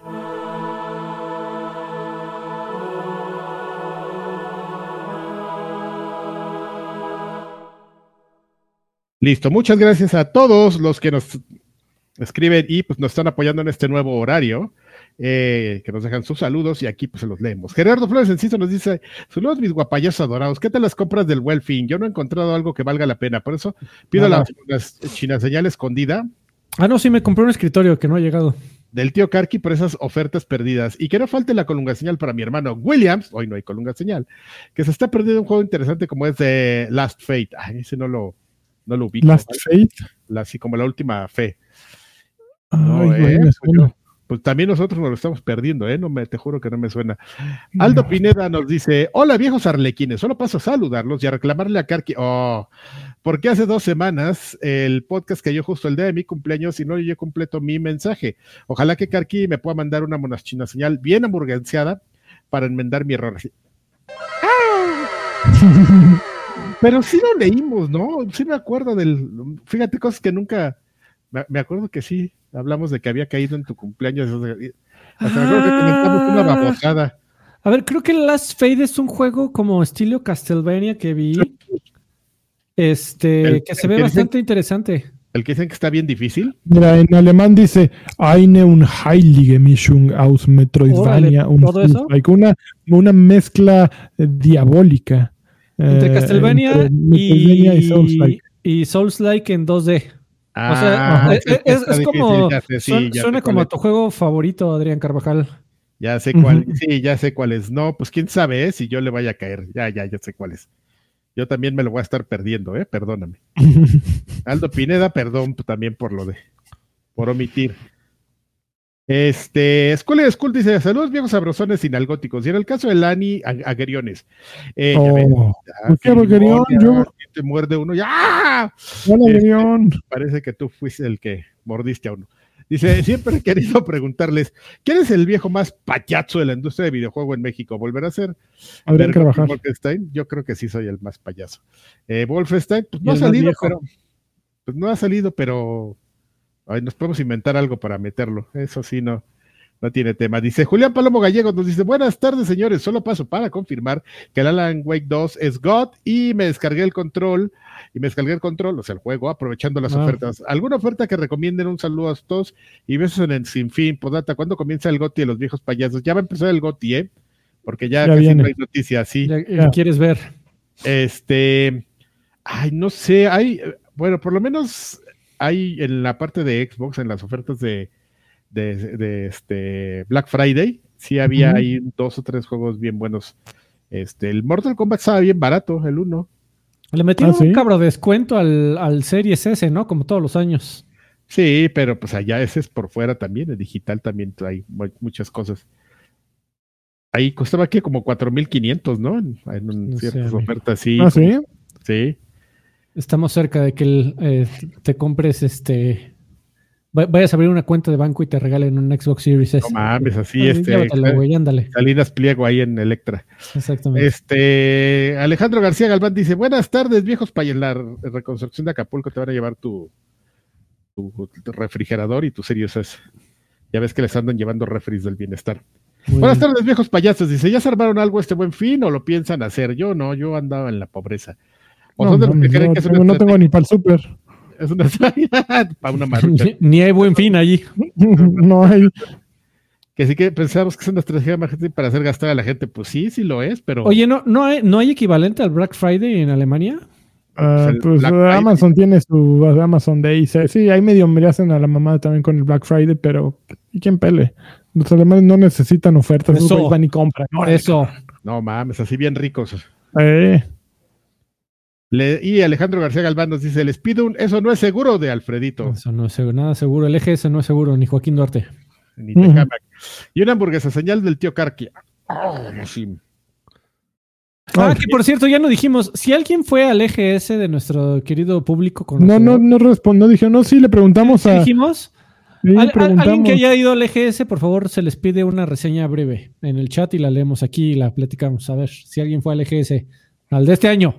Listo, muchas gracias a todos los que nos escriben y pues nos están apoyando en este nuevo horario, eh, que nos dejan sus saludos y aquí pues se los leemos. Gerardo Flores Enciso nos dice, saludos mis guapayos adorados, ¿qué tal las compras del buen fin? Yo no he encontrado algo que valga la pena, por eso pido la, la china señal escondida. Ah, no, sí, me compré un escritorio que no ha llegado. Del tío Karki por esas ofertas perdidas. Y que no falte la colunga señal para mi hermano Williams, hoy no hay colunga señal, que se está perdiendo un juego interesante como es de Last Fate. Ay, ese no lo... No lo ubico. Last ¿vale? Fate. La, así como la última fe. Ay, no, eh, pues, yo, pues también nosotros nos lo estamos perdiendo, ¿eh? No me, te juro que no me suena. Aldo no. Pineda nos dice, hola viejos arlequines, solo paso a saludarlos y a reclamarle a Karki, oh, porque hace dos semanas el podcast cayó justo el día de mi cumpleaños y no yo completo mi mensaje. Ojalá que Karki me pueda mandar una monachina señal bien hamburgueseada para enmendar mi error. Pero sí lo leímos, ¿no? Sí me acuerdo del... Fíjate, cosas que nunca... Me, me acuerdo que sí, hablamos de que había caído en tu cumpleaños. Hasta ah, me acuerdo que comentamos una babosada. A ver, creo que Last Fate es un juego como estilo Castlevania que vi. Este, el, que se ve que bastante dicen, interesante. ¿El que dicen que está bien difícil? Mira, en alemán dice Eine und heilige Mischung aus Metroidvania und una, una mezcla eh, diabólica. Entre Castlevania, eh, entre y, y Souls-like. Y Souls-like en dos D. Ah, o sea, ajá, es, es, es como sé, sí, suena, suena como a tu juego favorito, Adrián Carvajal. Ya sé cuál, uh-huh. sí, ya sé cuál es. No, pues quién sabe, ¿eh? Si yo le vaya a caer. Ya, ya, ya sé cuál es. Yo también me lo voy a estar perdiendo, ¿eh? Perdóname. Aldo Pineda, perdón también por lo de, por omitir. Este, School School dice, saludos viejos sabrosones sinalgóticos. Y en el caso de Lani, Agueriones. Eh, oh, ves, ya, ¿qué Aguerión? Yo... Te muerde uno, ¡ya! Hola, este, parece que tú fuiste el que mordiste a uno. Dice, siempre he querido preguntarles, ¿quién es el viejo más payaso de la industria de videojuego en México? ¿Volverá a ser Wolfenstein? Yo creo que sí soy el más payaso. Eh, Wolfenstein, pues no ha salido, pero pues no ha salido, pero ay, nos podemos inventar algo para meterlo. Eso sí, no, no tiene tema. Dice Julián Palomo Gallegos, nos dice, buenas tardes, señores. Solo paso para confirmar que el Alan Wake dos es God y me descargué el control, y me descargué el control, o sea, el juego, aprovechando las ah. ofertas. ¿Alguna oferta que recomienden? Un saludo a todos y besos en el sinfín. Podata, ¿cuándo comienza el GOTY de los viejos payasos? Ya va a empezar el GOTY, ¿eh? Porque ya, ya casi viene. No hay noticias, sí. Ya, ya quieres ver. Este, ay, no sé, hay, bueno, por lo menos hay en la parte de Xbox, en las ofertas de De, de, de este Black Friday, sí había uh-huh. ahí dos o tres juegos bien buenos. Este, el Mortal Kombat estaba bien barato, el uno. Le metieron ¿Ah, sí? un cabro descuento al, al Series S, ¿no? Como todos los años. Sí, pero pues allá ese es por fuera también, el digital también hay muchas cosas. Ahí costaba aquí como cuatro mil quinientos, ¿no? En, en no ciertas sé, ofertas, sí. ¿Ah, sí? Sí. Estamos cerca de que el, eh, te compres este vayas a abrir una cuenta de banco y te regalen un Xbox Series S. No mames, así Ay, este. llévatelo, güey, ándale. Salinas Pliego ahí en Electra. Exactamente. Este, Alejandro García Galván dice, buenas tardes, viejos payas, en la reconstrucción de Acapulco te van a llevar tu, tu, tu refrigerador y tu Series S. Ya ves que les andan llevando refris del bienestar. Muy Buenas bien. tardes, viejos payasos. Dice, ¿ya se armaron algo este Buen Fin o lo piensan hacer? Yo no, yo andaba en la pobreza. O No, son de los que mames, creen no, que es tengo, una no tengo ni para el súper. Es una para una marucha. Ni, ni hay Buen Fin allí. No hay. Que sí que pensamos que es una estrategia marketing para hacer gastar a la gente. Pues sí, sí lo es, pero... Oye, ¿no, no, hay, ¿no hay equivalente al Black Friday en Alemania? Ah, el pues Black uh, Friday. Amazon tiene su Amazon Day. Sí, ahí medio me le hacen a la mamada también con el Black Friday, pero ¿y quién pele? Los alemanes no necesitan ofertas, esos Eso. güeyes van y compran. Por eso. No mames, así bien ricos. Eh, Le- y Alejandro García Galván nos dice, les pido un... Eso no es seguro de Alfredito. Eso no es seguro, nada seguro. El eje ese no es seguro, ni Joaquín Duarte. Ni Tecamac. Y una hamburguesa, señal del tío Carqui. Oh, sí. Ah, Ay. que por cierto, ya no dijimos, si alguien fue al eje ese de nuestro querido público con no, no, no respondió. Dije, no, sí, le preguntamos a. dijimos, Sí, Al- al- preguntamos. alguien que haya ido al eje ese, por favor, se les pide una reseña breve en el chat y la leemos aquí y la platicamos. A ver si alguien fue al eje ese, al de este año.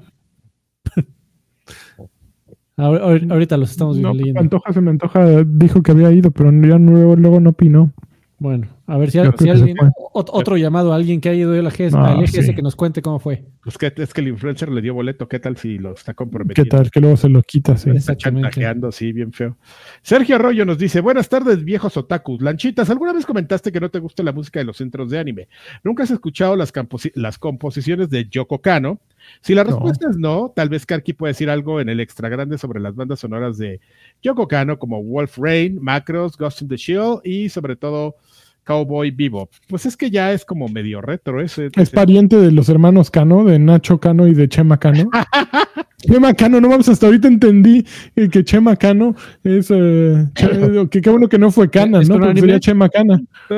Ahor- ahor- Ahorita los estamos No, leyendo. Pantoja se me antoja, dijo que había ido, pero ya luego, luego no opinó. Bueno, a ver si, Yo si creo que se alguien, fue. ot- otro llamado a alguien que haya ido al eje ese, Ah, al eje ese sí. que nos cuente cómo fue. Pues que es que el influencer le dio boleto. ¿Qué tal si lo está ¿Qué comprometiendo? tal? Que luego se lo quita, sí. Está Exactamente. chantajeando, sí, bien feo. Sergio Arroyo nos dice, buenas tardes, viejos otakus. Lanchitas, ¿alguna vez comentaste que no te gusta la música de los centros de anime? ¿Nunca has escuchado las, camposi- las composiciones de Yoko Kanno? Si la No. respuesta es no, tal vez Karki puede decir algo en el extra grande sobre las bandas sonoras de Yoko Kanno, como Wolf Rain, Macros, Ghost in the Shell y sobre todo Cowboy Bebop. Pues es que ya es como medio retro ese. Es pariente de los hermanos Cano, de Nacho Cano y de Chema Cano. Chema Cano, no mames, hasta ahorita entendí eh, que Chema Cano es. Eh, che- que qué bueno que no fue Cana, ¿Es ¿no? con Porque anime? sería Chema Cana.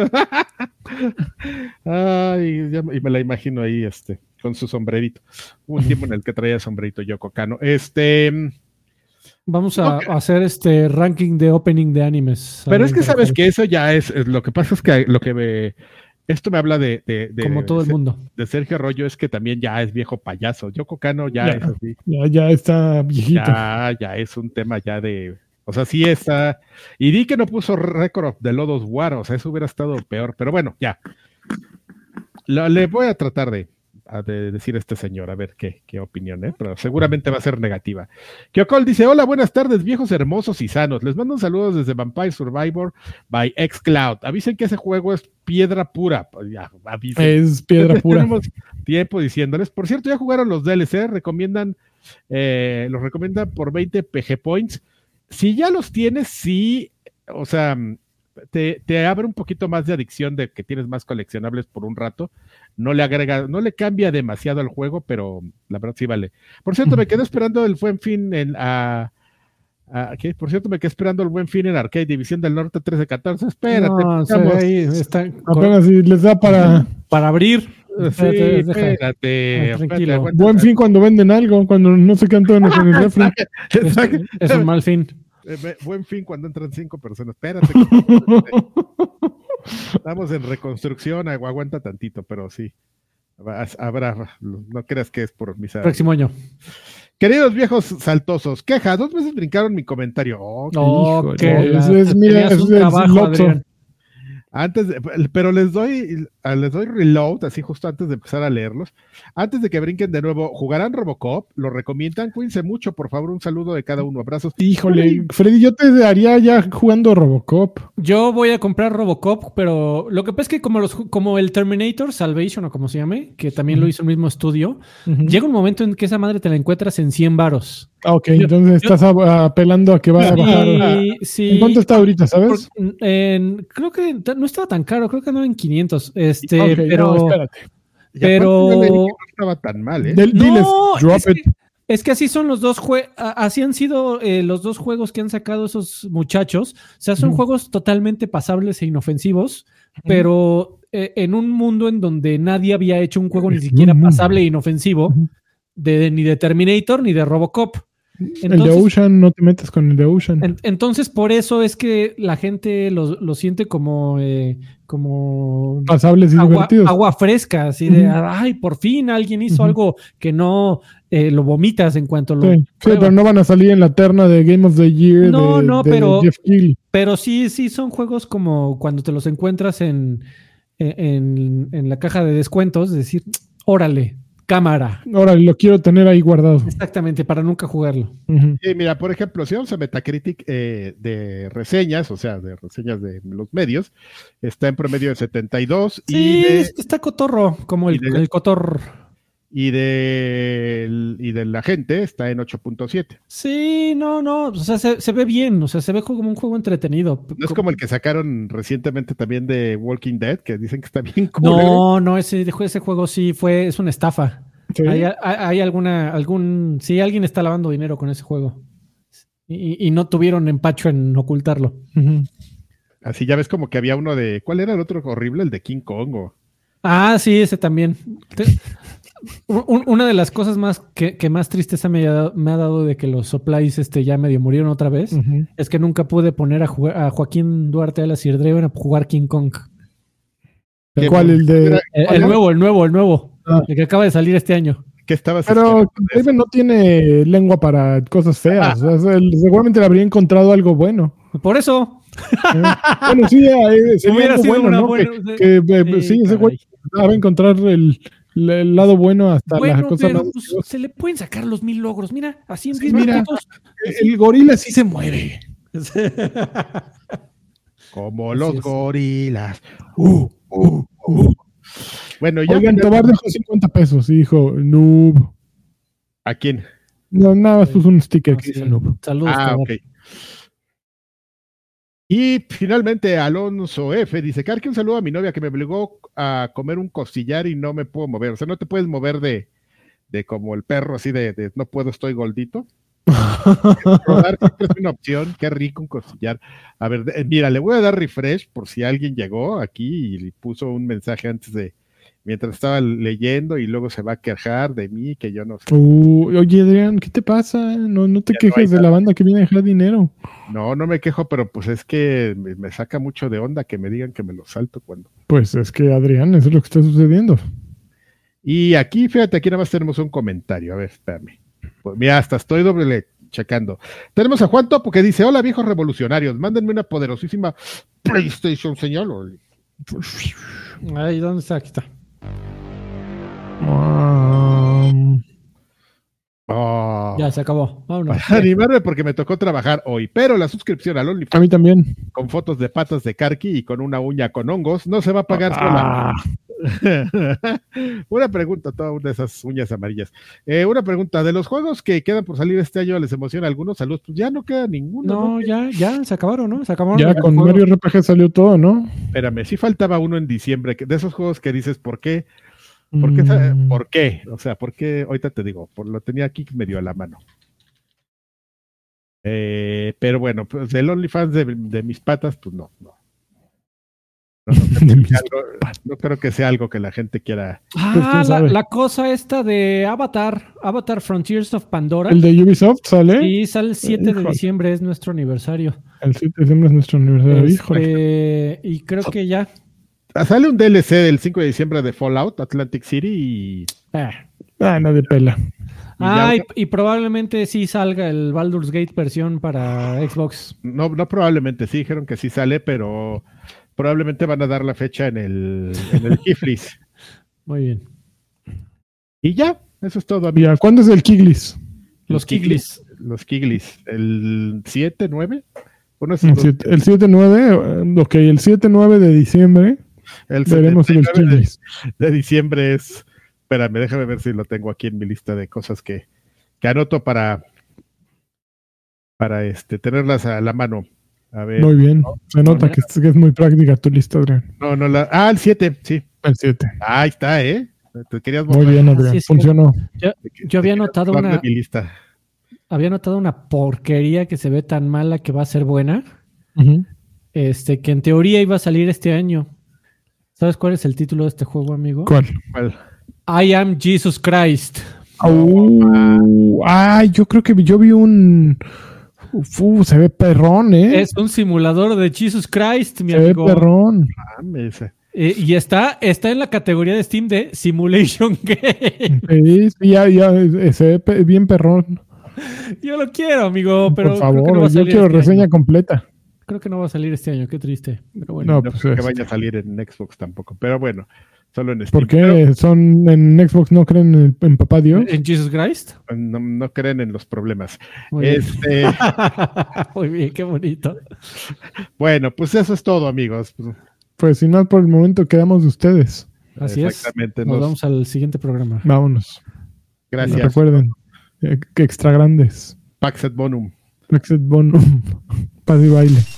Ay, ya me, y me la imagino ahí, este, con su sombrerito. Hubo un tiempo en el que traía sombrerito Yoko Kanno. Este, Vamos a, Ok. a hacer este ranking de opening de animes. pero es que Alguien sabes recuerde. que eso ya es, es- lo que pasa es que lo que me, esto me habla de, de, de- Como todo el de- mundo. de Sergio Arroyo es que también ya es viejo payaso. Yoko Kanno ya, Ya. es así, Ya, ya está viejito. ya, ya es un tema ya de, o sea, sí está, y di que no puso récord de Lodos War, o sea, eso hubiera estado peor, pero bueno, ya. Lo- le voy a tratar de, a de decir a este señor, a ver qué, qué opinión, ¿eh? Pero seguramente va a ser negativa. Kyokol dice, hola, buenas tardes, viejos hermosos y sanos. Les mando un saludo desde Vampire Survivor by xCloud. Avisen que ese juego es piedra pura. Pues ya, avisen. Es piedra pura. Tenemos tiempo diciéndoles. Por cierto, ya jugaron los D L C, recomiendan, eh, los recomiendan por veinte P G Points. Si ya los tienes, sí, o sea, te, te abre un poquito más de adicción de que tienes más coleccionables por un rato. No le agrega, no le cambia demasiado al juego, pero la verdad sí vale. Por cierto, me quedé esperando el Buen Fin en a, a- ¿qué? Por cierto, me quedé esperando el Buen Fin en Arcade División del Norte trece catorce. Espérate, No, o sea, estamos- ahí está Apenas si les da para para abrir. Sí, Espérate, deja. espérate, Ah, espérate, tranquilo. aguanta. buen fin cuando venden algo, cuando no se quedan todo en el en el refri. Es, Exacto. es un mal fin. Eh, ve- Buen fin cuando entran cinco personas. Espérate. Estamos en reconstrucción, agu- aguanta tantito, pero sí. Vas- Habrá, no creas que es por mis. Próximo año. Queridos viejos saltosos, queja, dos veces brincaron mi comentario. Oh, Oh, Híjole, que eso la- es, mira, tenías eso un es trabajo, Lotso. Adrián. Antes de- pero les doy, les doy reload, así justo antes de empezar a leerlos. Antes de que brinquen de nuevo, ¿jugarán Robocop? ¿Lo recomiendan? Cuídense mucho, por favor, un saludo de cada uno. Abrazos. Híjole, Freddy, yo te daría ya jugando Robocop. Yo voy a comprar Robocop, pero lo que pasa es que como, los, ju- como el Terminator Salvation o como se llame, que también lo hizo el mismo estudio, Ujú. llega un momento en que esa madre te la encuentras en cien varos. Ah, ok, yo- entonces yo- estás a- apelando a que va a bajar. Sí, sí. ¿En cuánto está ahorita, sabes? Por- en- creo que ta- no estaba tan caro, creo que andaba en quinientos. Este, Ok, pero. no, espérate. Y pero- aparte, yo leí que no estaba tan mal, ¿eh? Del- diles, No, drop es it. que, es que así son los dos juegos, así han sido eh, los dos juegos que han sacado esos muchachos. O sea, son Ujú. juegos totalmente pasables e inofensivos, pero eh, en un mundo en donde nadie había hecho un juego ni En siquiera un mundo. pasable e inofensivo, Ujú. de, ni de Terminator ni de Robocop. Entonces, el de Ocean, no te metas con el de Ocean. En, entonces, por eso es que la gente lo, lo siente como, eh, como pasables y agua, divertidos. Agua fresca, así de, uh-huh. ay, por fin alguien hizo uh-huh. algo que no eh, lo vomitas en cuanto lo sí, sí, pero no van a salir en la terna de Game of the Year no, de, no, de pero, Jeff Keighley. Pero sí, sí, son juegos como cuando te los encuentras en, en, en la caja de descuentos, es decir, órale, cámara. Órale, lo quiero tener ahí guardado. Exactamente, para nunca jugarlo. Uh-huh. Sí, mira, por ejemplo, si vamos a Metacritic eh, de reseñas, o sea, de reseñas de los medios, está en promedio de setenta y dos. Sí, y de, está cotorro, como el, de, el cotor. Y de, y de la gente está en ocho punto siete. Sí, no, no, o sea, se, se ve bien, o sea, se ve como un juego entretenido. No es como el que sacaron recientemente también de Walking Dead, que dicen que está bien cool. No, no, ese, ese juego sí fue, es una estafa. ¿Sí? Hay, hay, hay alguna, algún, sí, alguien está lavando dinero con ese juego. Y, y no tuvieron empacho en ocultarlo. Uh-huh. Así ya ves como que había uno de, ¿cuál era el otro horrible? El de King Kong. O... Ah, sí, ese también. Te, un, una de las cosas más que, que más tristeza me ha, dado, me ha dado de que los supplies este, ya medio murieron otra vez, uh-huh. es que nunca pude poner a, jugar, a Joaquín Duarte de la Sirdreven a jugar King Kong. ¿Cuál? El de... El, el nuevo, el nuevo, el nuevo. Ah. El que acaba de salir este año. ¿Qué estabas Pero David no tiene lengua para cosas feas. Ah. O sea, él, seguramente le habría encontrado algo bueno. Por eso. Eh, bueno, sí, eh, sería algo bueno, ¿no? Buena, que, que eh, sí, sí, ese güey va a encontrar el, el, el lado bueno hasta bueno, la cosa pero, más. Pues, se le pueden sacar los mil logros. Mira, así en sí, mira, minutos. El gorila sí se muere. Como así los es. Gorilas. Uh, uh, uh. Bueno, ya. Oigan, Tobar dejó cincuenta pesos y dijo, noob. ¿A quién? No, nada más puso un sticker no, que dice sí. noob. Saludos, ah, Tobar. Ok. Y finalmente Alonso F dice, Karki, un saludo a mi novia que me obligó a comer un costillar y no me puedo mover. O sea, no te puedes mover de, de como el perro, así de, de no puedo, estoy gordito. Probar es una opción, qué rico un costillar. A ver, de, mira, le voy a dar refresh por si alguien llegó aquí y puso un mensaje antes de, mientras estaba leyendo y luego se va a quejar de mí, que yo no sé. Uh, oye, Adrián, ¿qué te pasa? No, no te ya quejes no de la banda que viene a dejar dinero. No, no me quejo, pero pues es que me, me saca mucho de onda que me digan que me lo salto cuando. Pues es que, Adrián, eso es lo que está sucediendo. Y aquí, fíjate, aquí nada más tenemos un comentario. A ver, espérame. Pues mira, hasta estoy doble checando. Tenemos a Juan Topo que dice, hola viejos revolucionarios, mándenme una poderosísima PlayStation, señor. Ahí, ¿dónde está? Aquí está. Um... Oh. Ya se acabó. Vámonos. Para animarme porque me tocó trabajar hoy, pero la suscripción al OnlyFans a mí también con fotos de patas de Karki y con una uña con hongos no se va a pagar ah. sola. Una pregunta, todas de esas uñas amarillas. Eh, una pregunta, de los juegos que quedan por salir este año, ¿les emociona algunos? Saludos, pues ya no queda ninguno. No, ¿no? ya, ya, se acabaron, ¿no? Se acabaron. Ya con Mario R P G salió todo, ¿no? Espérame, sí faltaba uno en diciembre, de esos juegos que dices, ¿por qué? ¿Por qué? Mm. ¿Por qué? O sea, ¿por qué? Ahorita te digo, por lo tenía aquí medio a la mano. Eh, pero bueno, pues el OnlyFans de, de mis patas, pues no, no. No, no, creo que algo, no creo que sea algo que la gente quiera. Ah, la, la cosa esta de Avatar, Avatar Frontiers of Pandora. ¿El de Ubisoft sale? Sí, sale el siete de diciembre, es nuestro aniversario. El siete de diciembre es nuestro aniversario, este, híjole. Y creo que ya. Sale un D L C del cinco de diciembre de Fallout, Atlantic City y... Ah, ah no de pela. Y ah, ya... y, y probablemente sí salga el Baldur's Gate versión para Xbox. No, no probablemente, sí dijeron que sí sale, pero probablemente van a dar la fecha en el, en el Kiflis. Muy bien. Y ya, eso es todo, amigo. Ya, ¿cuándo es el Kiglis? Los Kiglis. Los Kiglis. ¿El siete, nueve? Bueno, el siete, nueve, ok, el siete, nueve de diciembre. El veremos el de, de diciembre es. Espérame, déjame ver si lo tengo aquí en mi lista de cosas que, que anoto para para este tenerlas a la mano. A ver. Muy bien. ¿No? Se nota no, que, es, que es muy práctica tu lista, Adrián. No, no la. Ah, el siete, sí. El siete. Ah, ahí está, ¿eh? Te querías muy bien, Adrián. Sí, sí, funcionó. Yo, yo había notado una. Mi lista. Había notado una porquería que se ve tan mala que va a ser buena. Uh-huh. Este, que en teoría iba a salir este año. ¿Sabes cuál es el título de este juego, amigo? ¿Cuál? ¿Cuál? I am Jesus Christ. Uh, ay, yo creo que yo vi un... Uh, se ve perrón, ¿eh? Es un simulador de Jesus Christ, mi se amigo. ve perrón. Mames. Eh, y está, está en la categoría de Steam de Simulation Game. Sí, sí, ya, ya, eh, se ve pe- bien perrón. Yo lo quiero, amigo, pero Por creo que favor, no va a yo salir quiero este reseña año. completa. Creo que no va a salir este año, qué triste. Pero bueno. No, No pues creo que es- vaya a salir en Xbox tampoco, pero bueno, solo en Steam. ¿Por qué Pero son en Xbox no creen en, en Papá Dios? ¿En Jesus Christ? no, no creen en los problemas. Muy bien. Este, Muy bien, qué bonito. bueno, pues eso es todo, amigos. Pues, Pues si no, por el momento quedamos de ustedes. Así es. exactamente. Nos nos- vamos al siguiente programa. Vámonos. gracias. Recuerden, eh, que extra grandes. Pax et bonum. Brexit Bonum. Paz y baile.